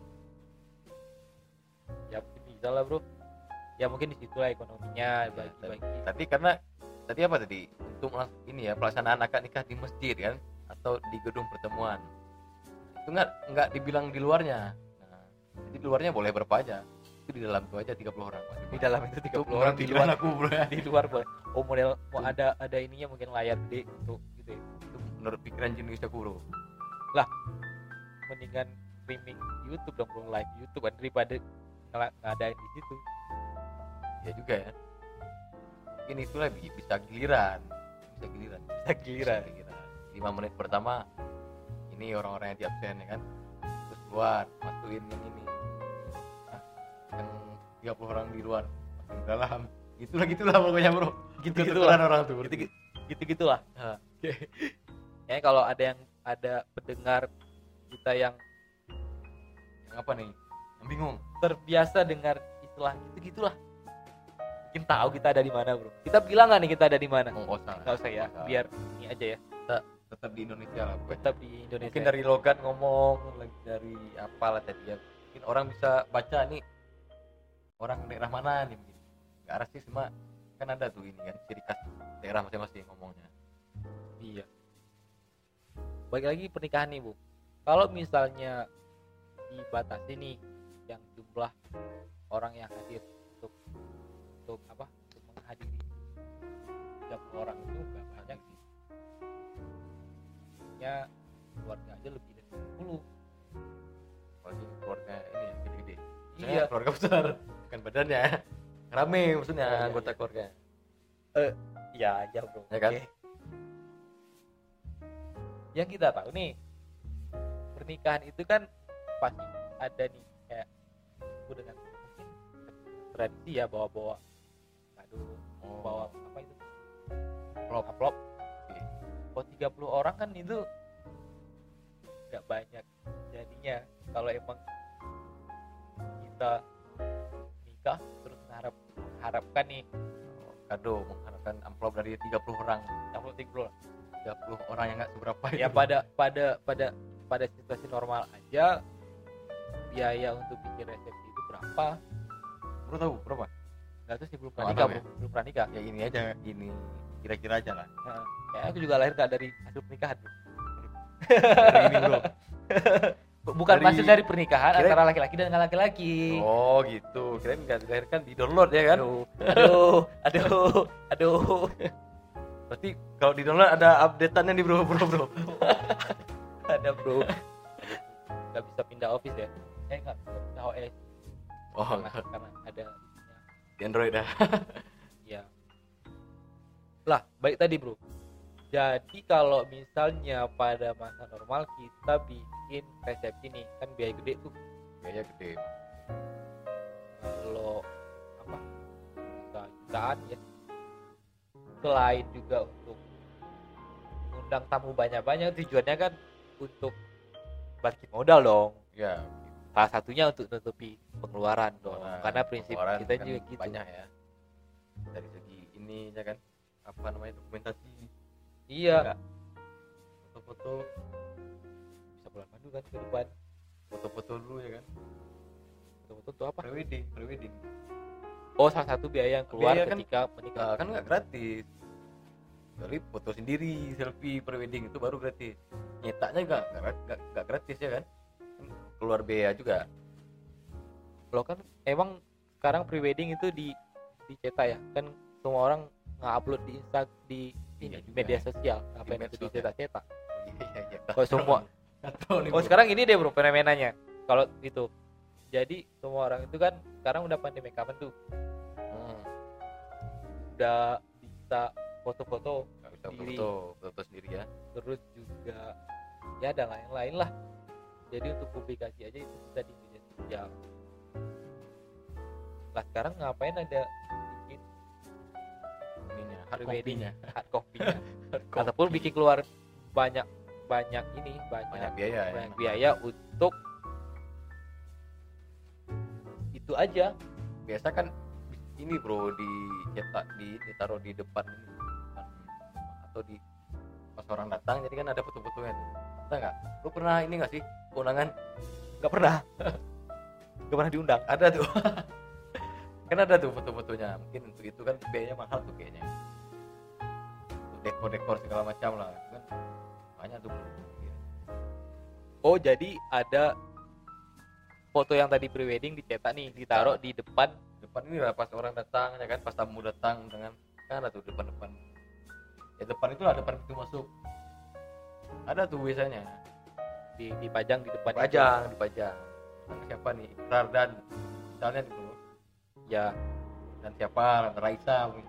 Ya mungkin bisa lah, bro. Ya mungkin di situ lah ekonominya bagi-bagi. Tadi karena tadi apa tadi? Untuk melas- ini ya pelaksanaan akad nikah di masjid kan atau di gedung pertemuan. Itu nggak nggak dibilang di luarnya. Nah, jadi di luarnya boleh berapa aja. Itu di dalam itu aja tiga puluh orang. Di dalam itu tiga Itu puluh orang, di luar aku, bro ya. di luar boleh. Oh, model mau ada ada ininya mungkin layar gede untuk gitu ya. Itu menurut pikiran jenis aku, bro. Mendingan streaming YouTube dong, bro, live YouTube kan daripada ngela- ngadain di situ. Ya juga ya. Mungkin itulah bi- bisa giliran. Bisa giliran. Bisa giliran. Bisa giliran. lima menit pertama ini orang-orang yang di absen ya kan. Terus keluar, masukin yang ini. Hah? Yang tiga puluh orang di luar, masukin ke dalam. Gitulah gitulah pokoknya, bro. Gitu-gitulah. Ketuturan orang tuh. Gitu gitu-gitulah. Ha. Ya kalau ada yang ada pendengar kita yang Yang apa nih? Yang bingung. terbiasa dengar istilah gitu-gitulah. Mungkin tahu kita ada di mana, bro. Kita bilang nggak nih kita ada di mana? Oh, nggak usah. Nggak usah ya, Nggak usah. biar ini aja ya. Tetap di Indonesia lah pokoknya. Tetap di Indonesia. Mungkin dari logat ngomong, lagi dari apalah tadi ya. Mungkin orang bisa baca nih orang daerah mana nih mungkin. Nggak rasis cuma kan ada tuh ini kan ciri khas daerah masing-masing ngomongnya. Iya. balik lagi pernikahan nih Bu. Kalau misalnya dibatasi nih yang jumlah orang yang hadir untuk untuk apa? Untuk menghadiri tiga puluh orang itu nggak banyak sih. Ya keluarga aja lebih dari sepuluh. Apalagi keluarga ini yang gede-gede. Iya. Saya keluarga besar, bukan badannya. Rame maksudnya Oh, iya, anggota iya. keluarga. Eh, ya aja bro. Ya kan? Oke. Yang kita tahu nih, pernikahan itu kan pasti ada nih kayak aku dengan mungkin tradisi ya bawa-bawa kado, Oh. bawa apa itu? Amplop. Amplop. Oke. Kalau tiga puluh orang kan itu nggak banyak. Jadinya kalau emang kita nikah terus mengharap mengharapkan nih Oh, kado mengharapkan amplop dari tiga puluh orang. amplop tiga puluh tiga puluh orang yang nggak seberapa ya itu. pada pada pada pada situasi normal aja biaya untuk bikin resepsi itu berapa? Bro tahu berapa? Nggak tahu sih, belum Oh, pernah nikah tahu bro, ya? belum pernah nikah. Ya ini aja, ini kira-kira aja lah. Nah, kayak aku juga lahir nggak dari hasil pernikahan bro. Dari ini bro. Bukan Dari- hasil dari pernikahan kira- antara laki-laki dan laki-laki. Oh gitu, kirain nggak dilahirkan di download ya kan? Aduh, aduh, aduh, aduh. Berarti kalau di download ada updateannya nih bro, bro, bro. Ada bro. Nggak bisa pindah office ya? Eh nggak bisa pindah O S. Oh karena, nggak, karena ada ininya. di Android dah. Ya. Lah, baik tadi bro. Jadi kalau misalnya pada masa normal kita bikin resepsi nih, kan biaya gede tuh. Biaya gede. Kalau apa? Juta jutaan ya. Selain juga untuk undang tamu banyak-banyak, tujuannya kan untuk balikin modal dong. Ya. Salah satunya untuk nutupi pengeluaran dong. pengeluaran- Karena prinsip pengeluaran kita kan juga gitu. banyak ya. Dari segi ini ya kan, apa namanya dokumentasi, Iya. Enggak. foto-foto, Bisa bulan madu kan ke depan. foto-foto dulu ya kan. Foto-foto tuh apa? Prewedding, prewedding. Oh, salah satu biaya yang keluar Biaya kan- ketika menikah. Nah, kan nggak gratis. Jadi foto sendiri, selfie prewedding itu baru gratis. Nyetaknya juga nggak nggak nggak gratis ya kan? Kan keluar biaya juga. Lo kan emang sekarang prewedding itu di dicetak ya kan, semua orang nge-upload di Insta di ini Iya juga media ya. sosial, ngapain Di itu medsos ya. dicetak-cetak. Iya iya iya. Oh, semua. Nggak tahu nih, Oh bro. sekarang ini deh bro fenomenanya kalau itu, jadi semua orang itu kan sekarang udah pandai make upan tuh, Hmm, udah bisa foto-foto nggak bisa sendiri. foto, foto sendiri ya. terus juga ya ada lain-lain lah, jadi untuk publikasi aja itu bisa di media sosial. Lah sekarang ngapain ada bikin Ininya, hard prewedding copy-nya. hard copy-nya Copy. ataupun bikin keluar banyak banyak ini banyak, banyak biaya ya. banyak biaya untuk itu aja. Biasa kan ini bro dicetak di ditaruh di depan ini depan rumah, atau di pas orang datang, jadi kan ada foto-fotonya tuh. Kita nggak? Lu pernah ini nggak sih keundangan? Nggak pernah nggak pernah diundang. Ada tuh. Kan ada tuh foto-fotonya. Mungkin untuk itu kan biayanya mahal tuh kayaknya. Untuk dekor-dekor segala macam lah. Kan banyak tuh. Oh jadi ada foto yang tadi prewedding dicetak nih, ditaruh di depan. Depan ini lah pas orang datang ya kan, pas tamu datang dengan kan ada tuh depan-depan. Ya depan itu lah, depan pintu masuk. Ada tuh biasanya. di dipajang di depan itu. Dipajang, dipajang. Nama siapa nih? Ikrar dan misalnya gitu. Ya Dan siapa? Raisa mungkin.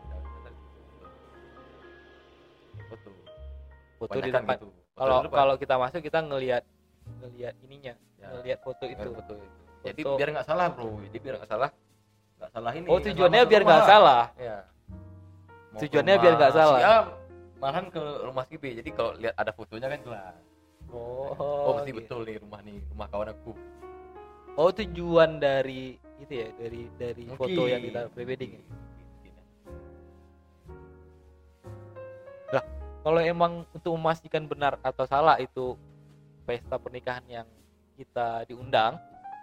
Foto. foto di Kebanyakan depan. gitu. Foto Kalau di depan. kalau kita masuk kita ngelihat ngelihat ininya, Ya. ngelihat foto Itu. itu. Foto itu. Jadi Foto. biar nggak salah bro. Jadi biar nggak salah. Nggak salah ini. Oh nggak tujuannya salah biar masuk nggak rumah. salah. Ya. Mau ke Tujuannya biar nggak rumah salah. si A, malahan ke rumah si B. Jadi kalau lihat ada fotonya kan jelas. Oh, Oh, mesti gitu. betul nih rumah nih, rumah kawan aku. Oh tujuan dari itu ya, dari dari Mungkin. foto yang ditaruh prewedding. Mungkin ya. Kalau emang untuk memastikan benar atau salah itu pesta pernikahan yang kita diundang,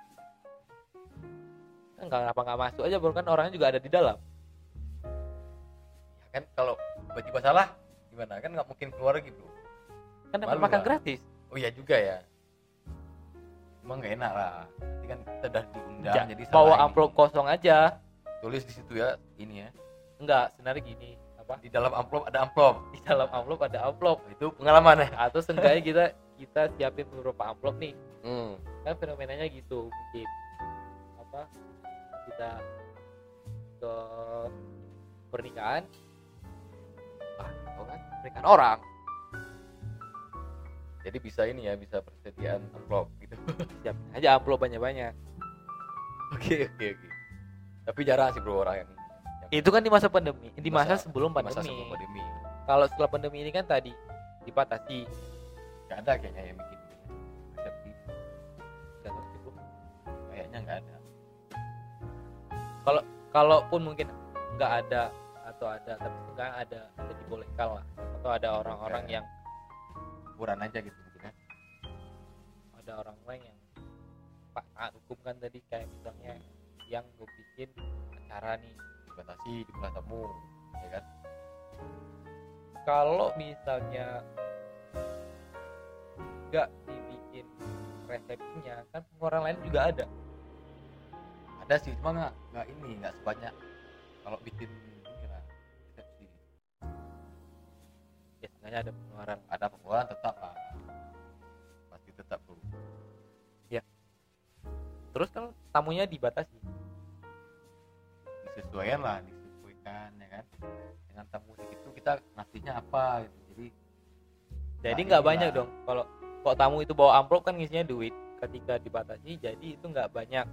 kan nggak kenapa nggak masuk aja, baru kan orangnya juga ada di dalam. Ya kan kalau tiba-tiba salah gimana? Kan nggak mungkin keluar lagi bro. kan dapat Malu makan lah. gratis. Oh iya juga ya. Emang nggak enak lah. Nanti kan kita udah diundang Ja, jadi bawa sama amplop ini. kosong aja. Tulis di situ ya ini ya. Enggak, sebenarnya gini, apa? Di dalam amplop ada amplop. Di dalam amplop ada amplop. Itu pengalaman ya. Atau seenggaknya kita kita siapin beberapa amplop nih. Hmm. Kan fenomenanya gitu mungkin. Apa? Kita ke pernikahan. Ah, tau kan? Pernikahan orang. Jadi bisa ini ya, bisa persediaan amplop gitu. Siapin aja amplop banyak-banyak. Oke oke oke. Tapi jarang sih bro orang yang, yang Itu kan di masa pandemi, di masa, sebelum di masa pandemi. sebelum pandemi. Kalau setelah pandemi ini kan tadi dibatasi. Nggak ada kayaknya yang bikin resepsi. Nggak tahu sih, bro. Kayaknya nggak ada. Kalau kalaupun mungkin nggak ada atau ada, tapi nggak ada ada dibolehkan lah. Atau ada orang-orang Oke. yang Ukuran aja gitu mungkin ya. ada orang-orang yang pak taat hukum kan tadi, kayak misalnya yang gue bikin acara nih. Dibatasi jumlah tamu, ya kan? Kalau misalnya nggak dibikin resepsinya, kan orang lain juga ada. Ada sih, cuma nggak nggak ini nggak sebanyak kalau bikin ini lah resepsi. Ya sebenarnya ada pengeluaran. Ada pengeluaran tetap lah, pasti tetap bro. Terus kan tamunya dibatasi. Disesuaikan lah, disesuaikan ya kan. Dengan tamu segitu kita ngasihnya apa gitu. Jadi Jadi Nah, nggak inilah. banyak dong. Kalau kok tamu itu bawa amplop kan ngisinya duit. Ketika dibatasi, jadi itu nggak banyak.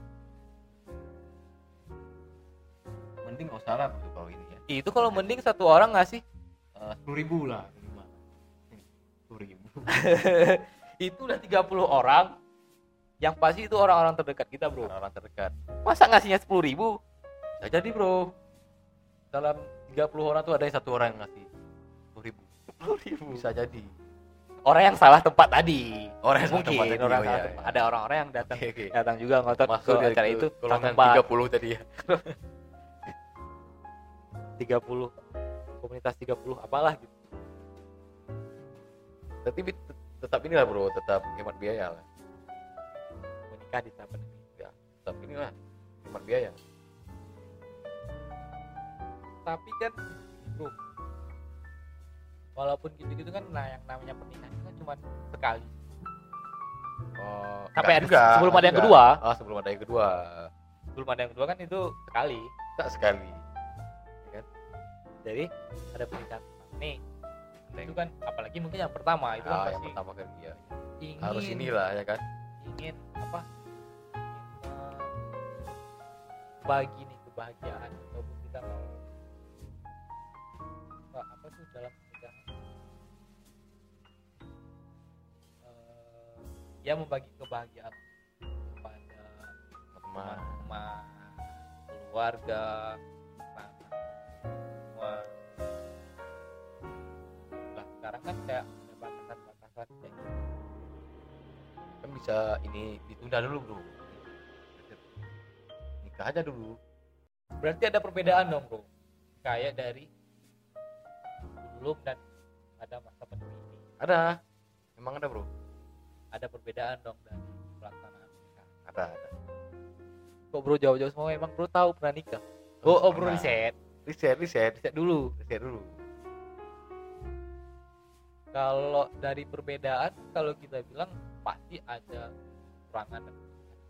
mending nggak usah lah bro, kalau ini ya. Itu kalau mending satu orang ngasih Sepuluh ribu lah minimal. Sepuluh ribu. itu udah tiga puluh orang. Yang pasti itu orang-orang terdekat kita, bro. Orang terdekat. Masa ngasihnya sepuluh ribu? Bisa jadi bro. Dalam tiga puluh orang tuh ada yang satu orang yang ngasih sepuluh ribu. sepuluh ribu. Bisa jadi. Orang yang salah tempat tadi. Orang yang salah Mungkin tempat tadi, orang oh salah iya, tempat. iya. Ada orang-orang yang datang Oke, oke. datang juga ngotot Masuk ke dari acara ke itu salah golongan tempat. tiga puluh tadi ya. tiga puluh komunitas tiga puluh apalah gitu. Tapi bi- tetap inilah bro, tetap hemat biaya lah. Menikah di saat pandemi. Ya, tetap inilah hemat biaya. Tapi kan bro, walaupun gitu-gitu kan, nah yang namanya pernikahan itu kan cuma sekali. Oh, Sampai enggak ada- juga, sebelum enggak ada yang juga. kedua. Ah, sebelum ada yang kedua. Belum ada yang kedua kan itu sekali. Tak sekali. Jadi ada pernikahan pertama nih. Ada Itu yang- kan apalagi mungkin yang pertama itu kan Ah, yang pasti pertama kali ya. ingin Harus inilah ya kan. ingin apa? Ingin bagi nih kebahagiaan, ataupun kita mau apa, apa tuh dalam pernikahan? Eh, ya membagi kebahagiaan pada Teman. teman-teman, keluarga, pasangan, semua. Lah sekarang kan kayak ada batasan-batasan kayak gitu. Kan bisa ini ditunda dulu bro. Nikah aja dulu. Berarti ada perbedaan dong bro, kayak dari sebelum dan ada masa pandemi ini. Ada. Memang ada bro. Ada perbedaan dong dari pelaksanaan nikah. Ada. ada. Kok bro jauh-jauh semua, emang bro tahu pernah nikah? Oh, oh bro Pernah. riset, Riset, riset, riset dulu. riset dulu. Kalau dari perbedaan, kalau kita bilang pasti ada kekurangan dan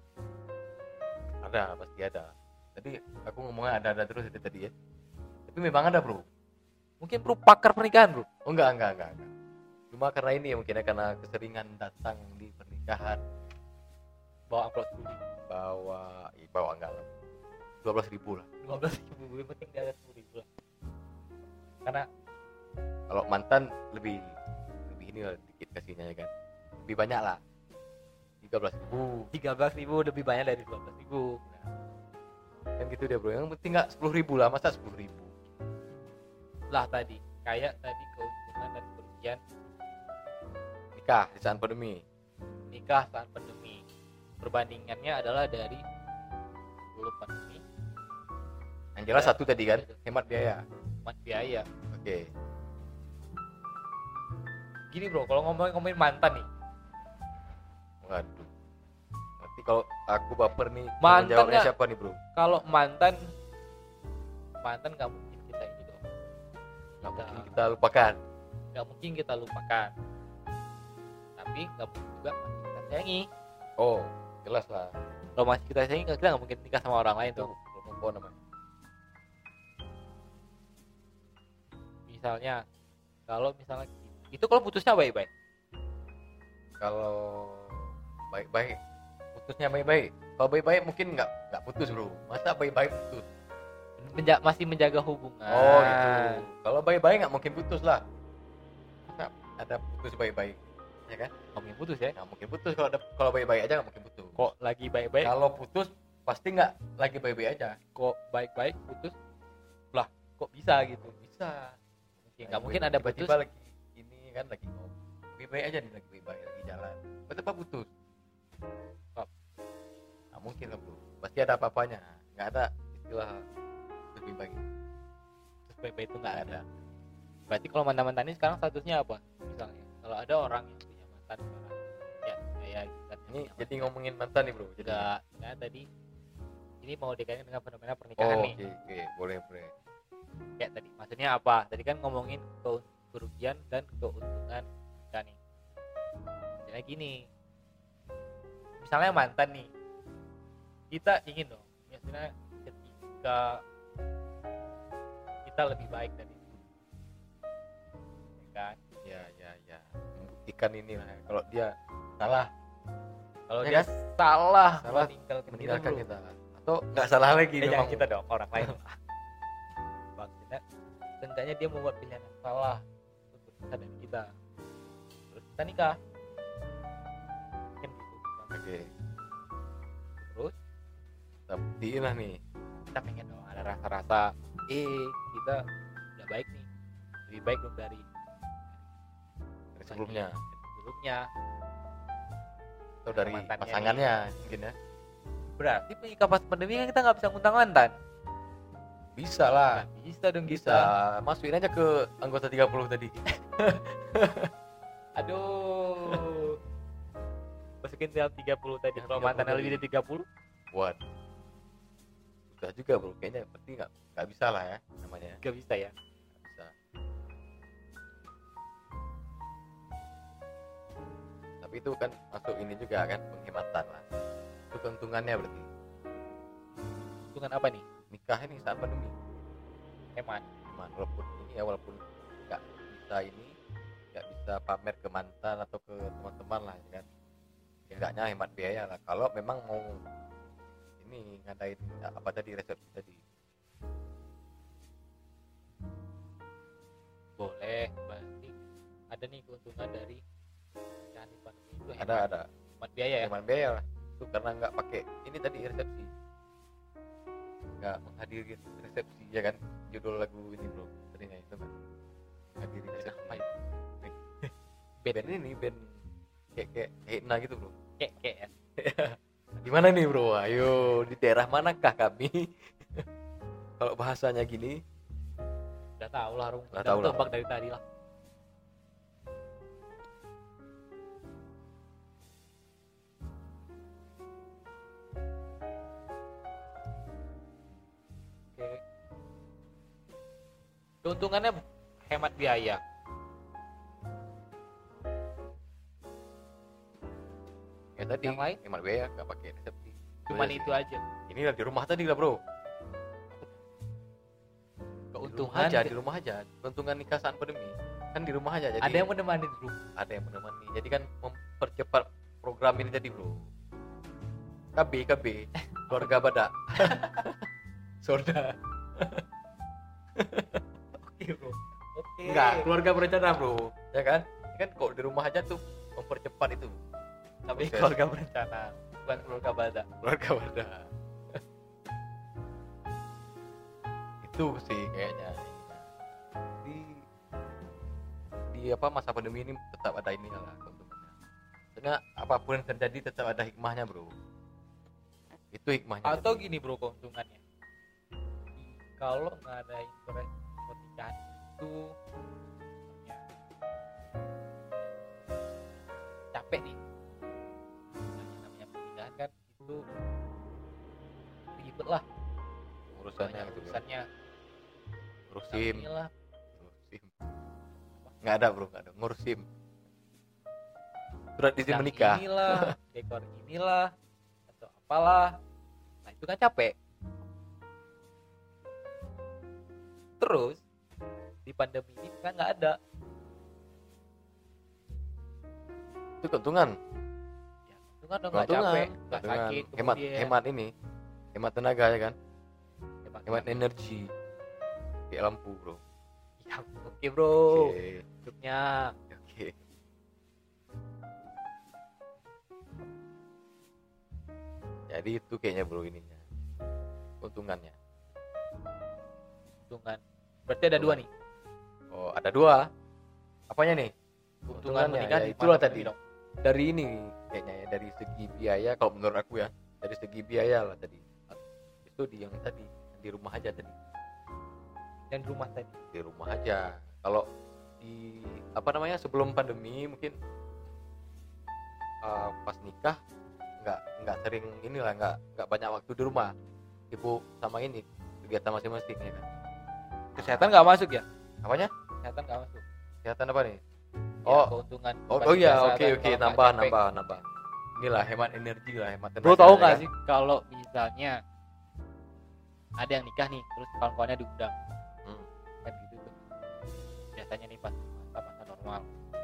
Ada, pasti ada. Tadi aku ngomongnya ada-ada terus itu tadi ya. Tapi memang ada bro. mungkin bro pakar pernikahan bro. Oh enggak, enggak, enggak, enggak. Cuma karena ini ya mungkin ya, karena keseringan datang di pernikahan Bawa amplop dulu bawa, ih, bawa enggak lah. dua belas ribu lah. dua belas ribu, yang penting dia ada sepuluh ribu lah. Karena Kalau mantan lebih lebih ini lah dikit kasihnya ya kan. Lebih banyak lah. tiga belas ribu. tiga belas ribu lebih banyak dari dua belas ribu. Kan gitu dia bro. Yang penting enggak sepuluh ribu lah, masa sepuluh ribu. Lah tadi kayak tadi keuntungan dan kerugian Nikah di saat pandemi. nikah saat pandemi. Perbandingannya adalah dari sebelum pandemi, Yang jelas satu tadi kan, hemat biaya. hemat biaya. Oke. Gini bro, kalau ngomongin-ngomongin mantan nih, Waduh. Nanti kalau aku baper nih, Mantan jawabnya nggak? siapa nih bro? kalau mantan mantan nggak mungkin kita ini dong, Nggak Kita- mungkin kita lupakan. nggak mungkin kita lupakan, tapi nggak mungkin juga masih kita sayangi. Oh, jelas lah. Kalau masih kita sayangi, kita nggak mungkin nikah sama orang lain Itu tuh. perempuan namanya. Misalnya, kalau misalnya itu kalau putusnya baik-baik, Kalau baik-baik, putusnya baik-baik. Kalau baik-baik mungkin nggak nggak putus bro. Masa baik-baik putus? Menja- masih menjaga hubungan. Oh gitu. Kalau baik-baik nggak mungkin putus lah. Masa ada putus baik-baik, ya kan? Nggak mungkin putus ya. Nggak mungkin putus kalau ada kalau baik-baik aja nggak mungkin putus. Kok lagi baik-baik, Kalau putus pasti nggak lagi baik-baik aja. kok baik-baik putus, lah kok bisa gitu? Bisa. Ya, nggak mungkin ada putus. Tiba-tiba lagi ini kan lagi ngomong. Baik-baik aja nih lagi baik-baik lagi jalan. Tiba-tiba putus. Kok? Nggak mungkin lah bro. Pasti ada apa-apanya. Nggak ada istilah lebih baik. Terus baik-baik itu nggak ada. Berarti kalau mantan-mantan ini sekarang statusnya apa? Misalnya, kalau ada orang yang punya mantan sekarang, ya kayak gitu kan. Ini punya jadi mantan. ngomongin mantan nih bro. Jadi Enggak, enggak tadi. Ini mau dikaitkan dengan fenomena pernikahan oh, nih. oke oke boleh boleh. Kayak tadi. Maksudnya apa? Tadi kan ngomongin ke- kerugian dan keuntungan kita nih. Misalnya gini. Misalnya mantan nih. Kita ingin dong, misalnya ketika kita lebih baik dari itu. Ya kan? Ya ya ya. Membuktikan ini lah. Kalau dia salah Kalau Ya dia kan? salah, Salah meninggalkan, meninggalkan kita, kita. Atau nggak salah lagi bro. Eh, jangan memang. kita dong, orang lain. Maksudnya, seenggaknya dia membuat pilihan yang salah untuk berpisah dari kita. Terus kita nikah. Kan gitu. Oke. Terus Kita buktiin lah nih. kita pengen dong ada rasa-rasa, eh kita udah baik nih, lebih baik dong dari Dari sebelumnya. dari sebelumnya. Atau dari Mantannya pasangannya mungkin ya. Berarti menikah pas pandemi kan kita nggak bisa ngundang mantan. Bisa lah. Nggak bisa dong Bisa. kita. Masukin aja ke anggota tiga puluh tadi. Aduh. Masukin tinggal tiga puluh tadi. Yang Kalau tiga puluh mantannya tadi. lebih dari tiga puluh, Buat. Susah juga bro. Kayaknya berarti nggak nggak bisa lah ya namanya. nggak bisa ya. Nggak bisa. Tapi itu kan masuk ini juga kan penghematan lah. Itu keuntungannya berarti. Hitungan apa nih? Nikah ini saat pandemi. Hemat. Cuman walaupun ini ya walaupun nggak bisa ini nggak bisa pamer ke mantan atau ke teman-teman lah ya kan. Tidaknya hemat biaya lah. Kalau memang mau ini ngadain apa tadi resepsi tadi. Boleh. Berarti ada nih keuntungan dari pernikahan di pandemi itu. Ada ada Hemat biaya ya. hemat biaya lah. Itu karena nggak pakai ini tadi resepsi. Nggak menghadiri resepsi ya kan. Judul lagu ini bro. Tadinya itu kan. Menghadiri resepsi. Apa itu? Band ini band kayak kayak Hina gitu bro. Kayak kayak ya. Di mana nih bro? Ayo di daerah manakah kami? Kalau bahasanya gini, Udah tahu lah, Rum. Udah Udah tahu lah. tebak dari tadi lah. Oke. Keuntungannya hemat biaya. ya tadi Yang lain? hemat biaya nggak pakai resepsi. Cuman aja itu sih. aja. Ini lah di rumah tadi lah bro. Di rumah Keuntungan aja, di rumah aja. Keuntungan nikah saat pandemi kan di rumah aja. Jadi ada yang menemani dulu. ada yang menemani. Jadi kan mempercepat program ini tadi bro. K B K B keluarga badak. Soda. Oke, Bro. Oke. Enggak, keluarga berencana bro. Ya kan? Ya kan kok di rumah aja tuh mempercepat itu. Tapi Proses. keluarga berencana, bukan keluarga badak. Keluarga badak. Itu sih kayaknya. Di di apa masa pandemi ini tetap ada ini lah keuntungannya. Karena apapun yang terjadi tetap ada hikmahnya bro. Itu hikmahnya. Atau jadi. gini bro keuntungannya, kalau ngadain pernikahan itu ya, ribet lah urusannya banyak gitu bro. urusannya. Ngurus SIM, Inilah ngurus SIM. Nggak ada bro, nggak ada ngurus SIM. Surat izin yang menikah. inilah dekor inilah atau apalah, nah itu kan capek. Terus di pandemi ini kan nggak ada Itu keuntungan. ya, itu kan udah nggak Keuntungan. capek nggak Keuntungan. sakit Hemat, kemudian. hemat ini, hemat tenaga ya kan, hemat, hemat energi. Kayak lampu bro. ya, oke bro Oke, hidupnya oke. Jadi itu kayaknya bro ininya, keuntungannya. keuntungan berarti ada dua nih Oh ada dua. Apanya nih? keuntungan Keuntungannya, menikah ya di itulah mana tadi. dong? Dari ini kayaknya ya, dari segi biaya kalau menurut aku ya, dari segi biaya lah tadi. Itu di yang tadi, di rumah aja tadi. dan rumah tadi Di rumah aja. Kalau di apa namanya sebelum pandemi mungkin uh, pas nikah nggak nggak sering inilah nggak nggak banyak waktu di rumah, sibuk sama ini kegiatan masing-masing ya kan. kesehatan nggak masuk ya Apanya? kesehatan nggak masuk Kesehatan apa nih? Ya, Oh, keuntungan oh, bukan oh iya, kesehatan, oke oke, kalau nggak nambah capek. nambah nambah. Inilah hemat energi lah, hemat tenaga. Bro tahu ya nggak kan? sih kalau misalnya ada yang nikah nih terus kawan-kawannya diundang Hmm. kan gitu tuh biasanya nih pas masa-masa normal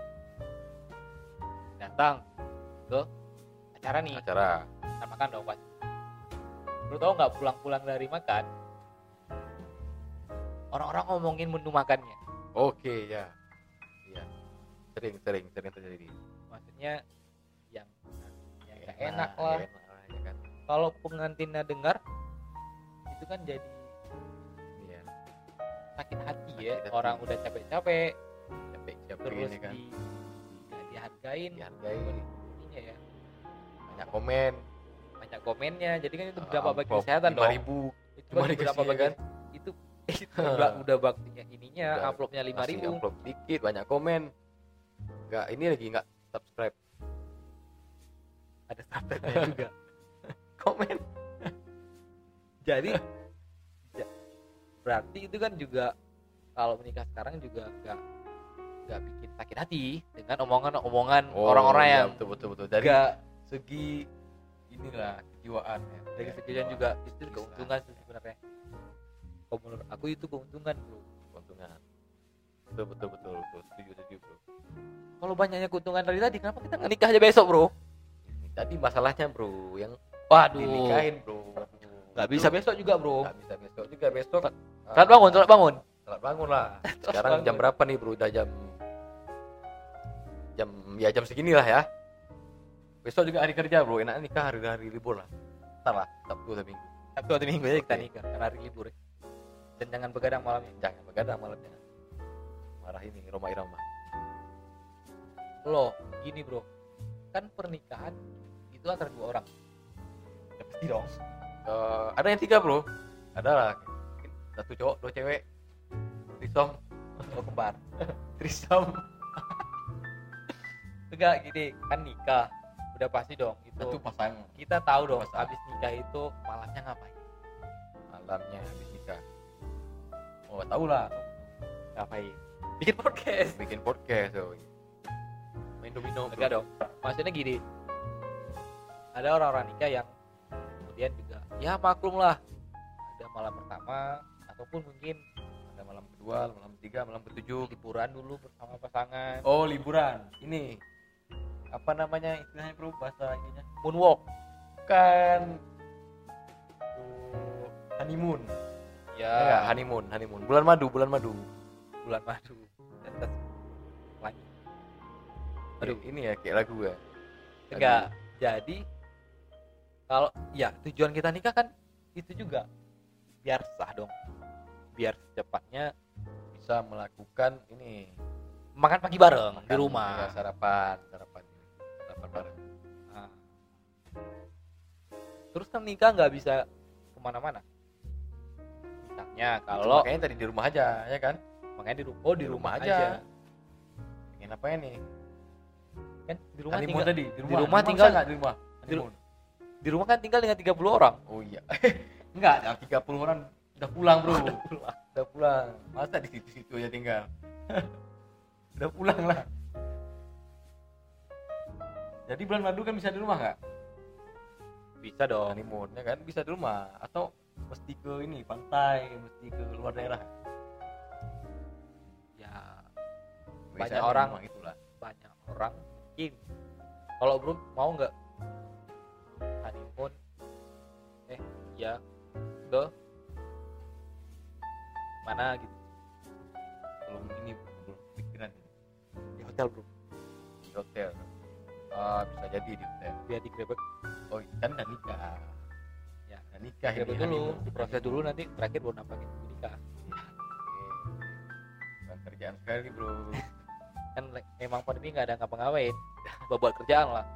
datang ke acara nih Acara. kita makan dong pasti. Bro tahu nggak pulang-pulang dari makan orang-orang ngomongin menu makannya, Oke ya. Iya. Sering sering sering terjadi. maksudnya yang yang nggak enak lah. enak lah, ya kan. Kalau pengantinnya dengar itu kan jadi Iya. sakit hati Sakit ya, hati. orang udah capek-capek Capek capek terus ini kan. di nggak dihargain Dihargai. ininya ya, Banyak komen. banyak komennya, jadi kan itu Uh, berdampak bagi amplop kesehatan lima dong. ribu. Itu cuma bagi dikasih, berdampak ya bagi kan? itu itu udah, udah baktinya ininya Udah amplopnya lima Kasih ribu amplop dikit, banyak komen. Nggak ini lagi nggak subscribe. ada starternya juga. Komen. Jadi ya, berarti itu kan juga kalau menikah sekarang juga nggak nggak bikin sakit hati dengan omongan-omongan orang-orang iya, yang betul betul betul. Dari nggak segi inilah kejiwaan ya. dari Ya, sekian kejiwaan. juga itu Bisa. keuntungan sih sebenarnya. Kalau menurut aku itu keuntungan bro. Keuntungan. Betul betul betul betul. Setuju setuju bro. Kalau banyaknya keuntungan dari tadi, kenapa kita nggak nikah aja besok bro? Tadi masalahnya bro, yang Waduh, dinikahin bro. nggak bisa besok juga bro. Nggak bisa besok juga besok. Telat bangun, telat bangun. Telat bangun lah. Telat Sekarang bangun. jam berapa nih bro? Udah jam jam ya jam segini lah ya. Besok juga hari kerja bro. Enak nikah hari-hari libur lah. Ntar lah Sabtu atau Minggu. Sabtu atau minggu aja kita Oke. nikah karena hari libur ya. Dan jangan begadang malamnya. Jangan begadang malamnya. Marah ini Roma Irama. Loh, gini bro, kan pernikahan itu antara dua orang. Ya pasti dong. Eh, ada yang tiga bro. Ada lah. Satu cowok, dua cewek. Trisom. Oh kembar. Trisam. Enggak gini, kan nikah. Udah pasti dong itu. Satu pasangan. Kita tahu dong Pasangan. habis nikah itu malamnya ngapain. Malamnya habis nikah. Oh tahu lah. Ngapain? Bikin podcast. Bikin podcast. Oh. Main domino. bro. Enggak dong. Maksudnya gini. Ada orang-orang nikah yang kemudian juga ya maklum lah. Ada malam pertama ataupun mungkin Ada malam kedua, malam ketiga, malam ketujuh. liburan dulu bersama pasangan. Oh liburan. Ini apa namanya istilahnya bro bahasa ininya? Moonwalk. Bukan. Oh, honeymoon. Ya, Ya, nggak? honeymoon, honeymoon. Bulan madu, bulan madu. bulan madu. Dan tes- lagi. Aduh, ini ya kayak lagu ya. Enggak. Jadi kalau ya tujuan kita nikah kan itu juga biar sah dong. Biar secepatnya Bisa melakukan ini makan pagi bareng di makan, rumah. ya, sarapan, sarapan, sarapan bareng. Nah. Terus kan nikah nggak bisa kemana-mana. Misalnya Itu kalau makanya tadi di rumah aja, ya kan? makanya di rumah, oh di, Di rumah, rumah aja. aja. Pengen apa ini? Kan di rumah Honeymoon tinggal tadi, di rumah. di rumah Bisa tinggal- nggak di rumah? di ru- Honeymoon. Di rumah kan tinggal dengan tiga puluh orang. Oh iya. Enggak, yang tiga puluh orang udah pulang, Bro. Udah pulang. Udah pulang. Masa di situ-situ aja tinggal. Udah pulang lah. Jadi bulan madu kan bisa di rumah nggak? Bisa dong. Honeymoon ya kan bisa di rumah atau mesti ke ini pantai, mesti ke luar daerah. Ya Biasanya banyak di orang rumah itulah. banyak orang mungkin. Kalau bro mau nggak honeymoon? Eh ya ke mana gitu? Belum ini belum pikiran Di hotel bro. di hotel. Ah, bisa jadi di hotel. Biar digrebek. Oh, kan udah nikah. Ya. Udah nikah Digrebek ini, dulu. honeymoon. Diproses dulu nanti terakhir baru nampakin nikah. Oke. Bukan kerjaan sekali, Bro. Kan emang pandemi nggak ada ngapa-ngapain. Buat kerjaan lah.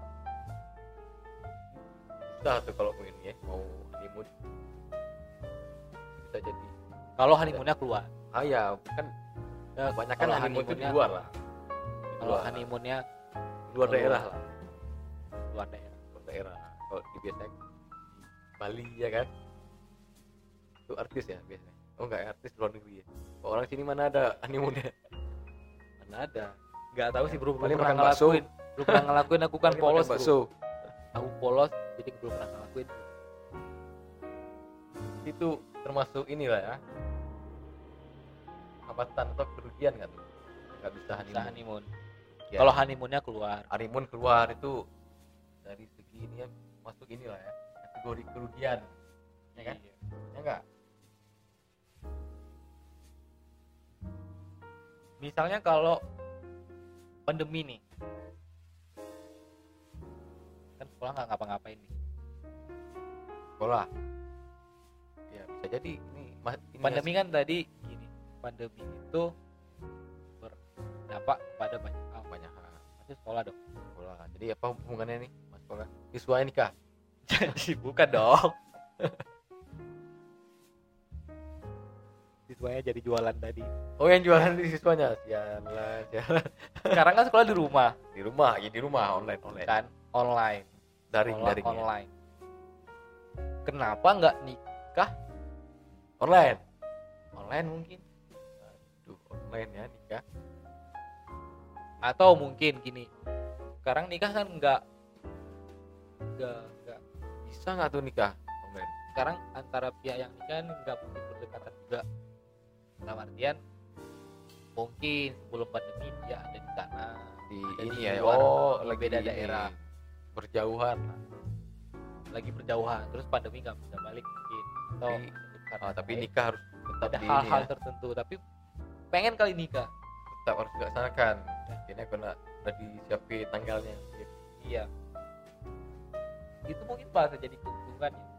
Bisa tuh kalau mau ini ya, mau honeymoon. Bisa jadi. Kalau honeymoonnya keluar. Ah ya, kan Ya, kebanyakan kalau honeymoon itu di honeymoonnya- luar lah. Di Kalau luar, honeymoonnya di luar keluar. daerah lah. luar daerah. Luar daerah. Kalau di biasanya di Bali ya kan. Itu artis ya biasanya. Oh enggak, artis luar negeri ya. Kalau orang sini mana ada honeymoonnya? Mana ada? Nggak tahu sih bro, belum Paling pernah makan bakso. ngelakuin. Belum pernah ngelakuin, aku kan Paling polos makan bro. bakso. Aku polos, jadi belum pernah ngelakuin. Itu termasuk inilah ya. Hambatan atau kerugian nggak tuh? Nggak bisa Bisa honeymoon. honeymoon. Ya. Kalau honeymoonnya keluar. honeymoon keluar itu dari segi ini ya masuk inilah ya kategori kerugian ya kan Iya. ya enggak Misalnya kalau pandemi nih, kan sekolah nggak ngapa-ngapain nih. sekolah ya bisa jadi ini, mas, ini Pandemi kan tadi gini, pandemi itu berdampak kepada banyak hal. banyak hal Pasti sekolah dong. sekolah jadi apa hubungannya nih mas sekolah siswa nikah Jadi bukan dong. Siswanya jadi jualan tadi. oh yang jualan di siswanya sialan sialan Sekarang kan sekolah di rumah, di rumah ya di rumah online online kan online. daring Sekolah daring ya. online. Kenapa nggak nikah online online mungkin? aduh online ya nikah Atau mungkin gini, sekarang nikah kan nggak nggak nggak bisa nggak tuh nikah online sekarang antara pihak yang nikah nggak mungkin berdekatan juga. Dalam artian mungkin sebelum pandemi dia ada di sana, di ada ini di ya luar, oh di lagi beda ini, daerah, berjauhan lagi berjauhan, terus pandemi nggak bisa balik mungkin. Atau Tapi- karena ah, tapi lain, nikah harus tetap ada di ini hal-hal ya, tertentu, tapi pengen kali nikah. tetap harus dilaksanakan akhirnya kena udah disiapin tanggalnya Iya. Itu mungkin bahasa jadi keuntungan ya.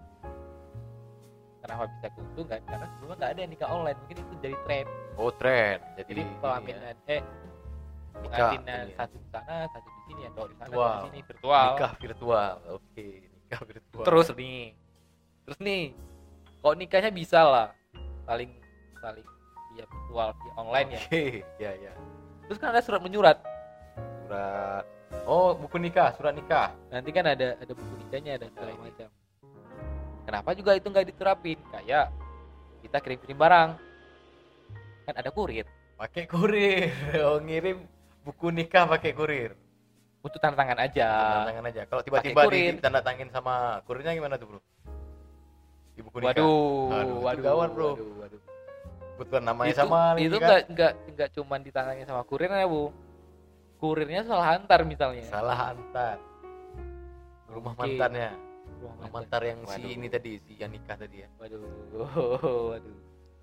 Kenapa bisa keuntungan? Karena sebelumnya nggak ada yang nikah online, mungkin itu jadi tren. oh tren jadi, Jadi ini pelaminan ya, eh nikah pengantinan ini ya, satu di sana, satu di sini, atau di sana, Virtual. satu di sini virtual. nikah virtual oke nikah virtual Terus nih, terus nih, kok nikahnya bisa lah, saling saling via virtual, via online ya. oke ya ya Terus kan ada surat menyurat. surat oh buku nikah surat nikah Nanti kan ada ada buku nikahnya dan segala Nah, ini. macam. Kenapa juga itu nggak diterapin? Kayak kita kirim-kirim barang, kan ada kurir pakai kurir oh ngirim buku nikah pakai kurir untuk tanda tangan aja. tanda tangan aja kalau tiba-tiba Pakai kurir. ditanda tangin sama kurirnya gimana tuh bro di buku nikah Waduh, Aduh, itu waduh, gawat, bro. waduh, waduh. kebetulan namanya Itu sama itu ini kan. nggak nggak nggak cuma ditantangin sama kurirnya bu, kurirnya salah antar misalnya. salah antar ke rumah Oke. mantannya Rumah rumah mantan. mantar yang si Waduh. ini tadi si yang nikah tadi ya Waduh, waduh.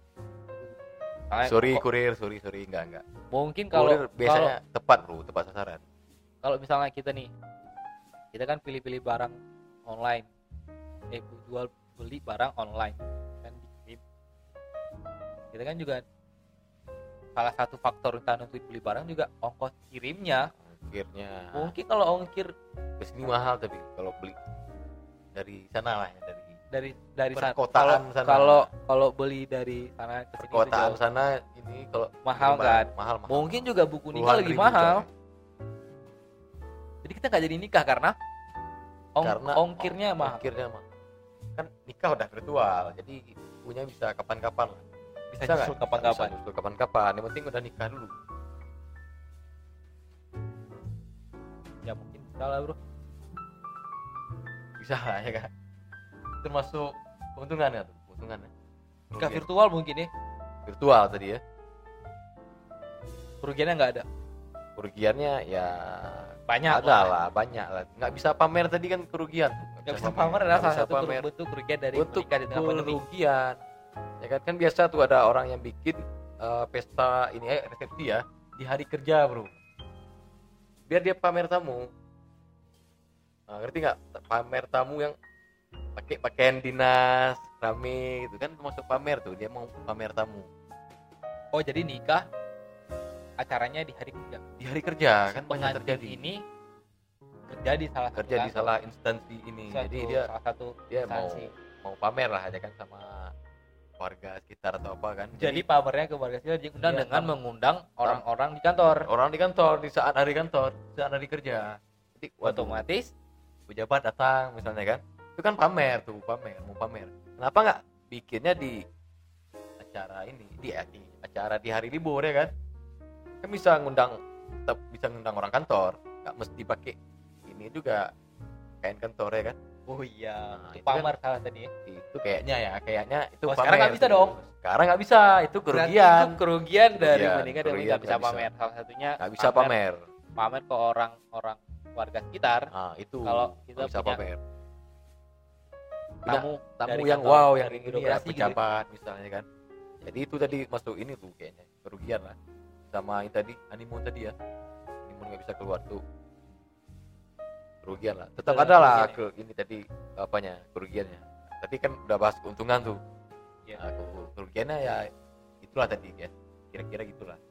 Soalnya sorry kok- kurir sorry sorry enggak enggak mungkin kalau kurir biasanya tepat bro tepat sasaran kalau kalau misalnya kita nih, kita kan pilih-pilih barang online, eh jual beli barang online kan dikirim. Kita kan juga salah satu faktor kita untuk beli barang juga ongkos kirimnya. akhirnya Mungkin kalau ongkir kesini mahal tapi kalau beli dari sana lah ya dari dari dari sana Perkotaan kalau sana. kalau kalau beli dari sana ke sini itu perkotaan jauh. sana ini kalau Mahal beli kan? barang, mahal mahal Mungkin juga buku nikah Puluhan lebih ribu, mahal. coy. Jadi kita nggak jadi nikah karena Ong, karena ongkirnya ong- mahal. ongkirnya mah kan nikah udah virtual, jadi punya bisa kapan-kapan lah. Bisa nggak? nyusul kapan-kapan. Bisa nyusul kapan-kapan, yang penting udah nikah dulu. Ya mungkin salah bro. Bisa lah ya kan, termasuk keuntungannya tuh, keuntungannya Nikah Kerugian. virtual mungkin ya. virtual tadi ya. Kerugiannya nggak ada. Kerugiannya ya Banyak ada lah. lah, banyak lah. Nggak bisa pamer tadi kan kerugian. Nggak bisa pamer adalah Nggak salah bisa satu pamer. bentuk kerugian dari Untuk menikah di tengah pandemi. kerugian. Ya kan, kan biasa tuh ada orang yang bikin eh, pesta ini eh, resepsi ya di hari kerja bro. Biar dia pamer tamu. Nah, ngerti nggak? Pamer tamu yang pakai pakaian dinas rame gitu kan, termasuk pamer tuh. Dia mau pamer tamu Oh jadi nikah acaranya di hari kerja. di hari kerja kan banyak Pengantin terjadi. ini kerja di salah satu Kerja di kantor. salah instansi ini. Suatu- Jadi dia salah satu dia mau instansi. mau pamer lah aja kan sama warga sekitar atau apa kan. Jadi pamernya ke warga sekitar diundang Iya, dengan tamu. mengundang orang-orang di kantor. orang di kantor di saat hari kantor, saat hari kerja. Jadi waduh, Otomatis pejabat datang misalnya kan, itu kan pamer tuh, pamer mau pamer. Kenapa nggak bikinnya di acara ini, di, di acara di hari libur ya kan? Kan bisa ngundang, tetap bisa ngundang orang kantor, nggak mesti pakai ini juga kain kantor ya kan? oh iya, Nah, itu itu kan- pamer salah tadi ya. Itu kayaknya ya, kayaknya itu Oh, pamer. sekarang nggak bisa tuh. dong. Sekarang nggak bisa, itu Berarti kerugian. itu kerugian dari Kerugian, menikah dan kerugian, nggak bisa nggak bisa. pamer. Salah satunya Nggak bisa pamer. pamer ke orang-orang warga sekitar. Nah itu. Kalau kita nggak bisa punya pamer. Punya Tamu tamu dari yang kantor, wow, yang dari ini ya, birokrasi gitu. pejabat misalnya kan. Jadi itu tadi masuk ini tuh kayaknya kerugian lah. Sama yang tadi honeymoon tadi ya, honeymoon nggak bisa keluar tuh kerugian lah. Tetap Itu ada lah kerugian ke ini tadi apanya kerugiannya. Tadi kan udah bahas keuntungan tuh. Iya. Nah, ke- kerugiannya ya itulah tadi ya, kira-kira gitulah.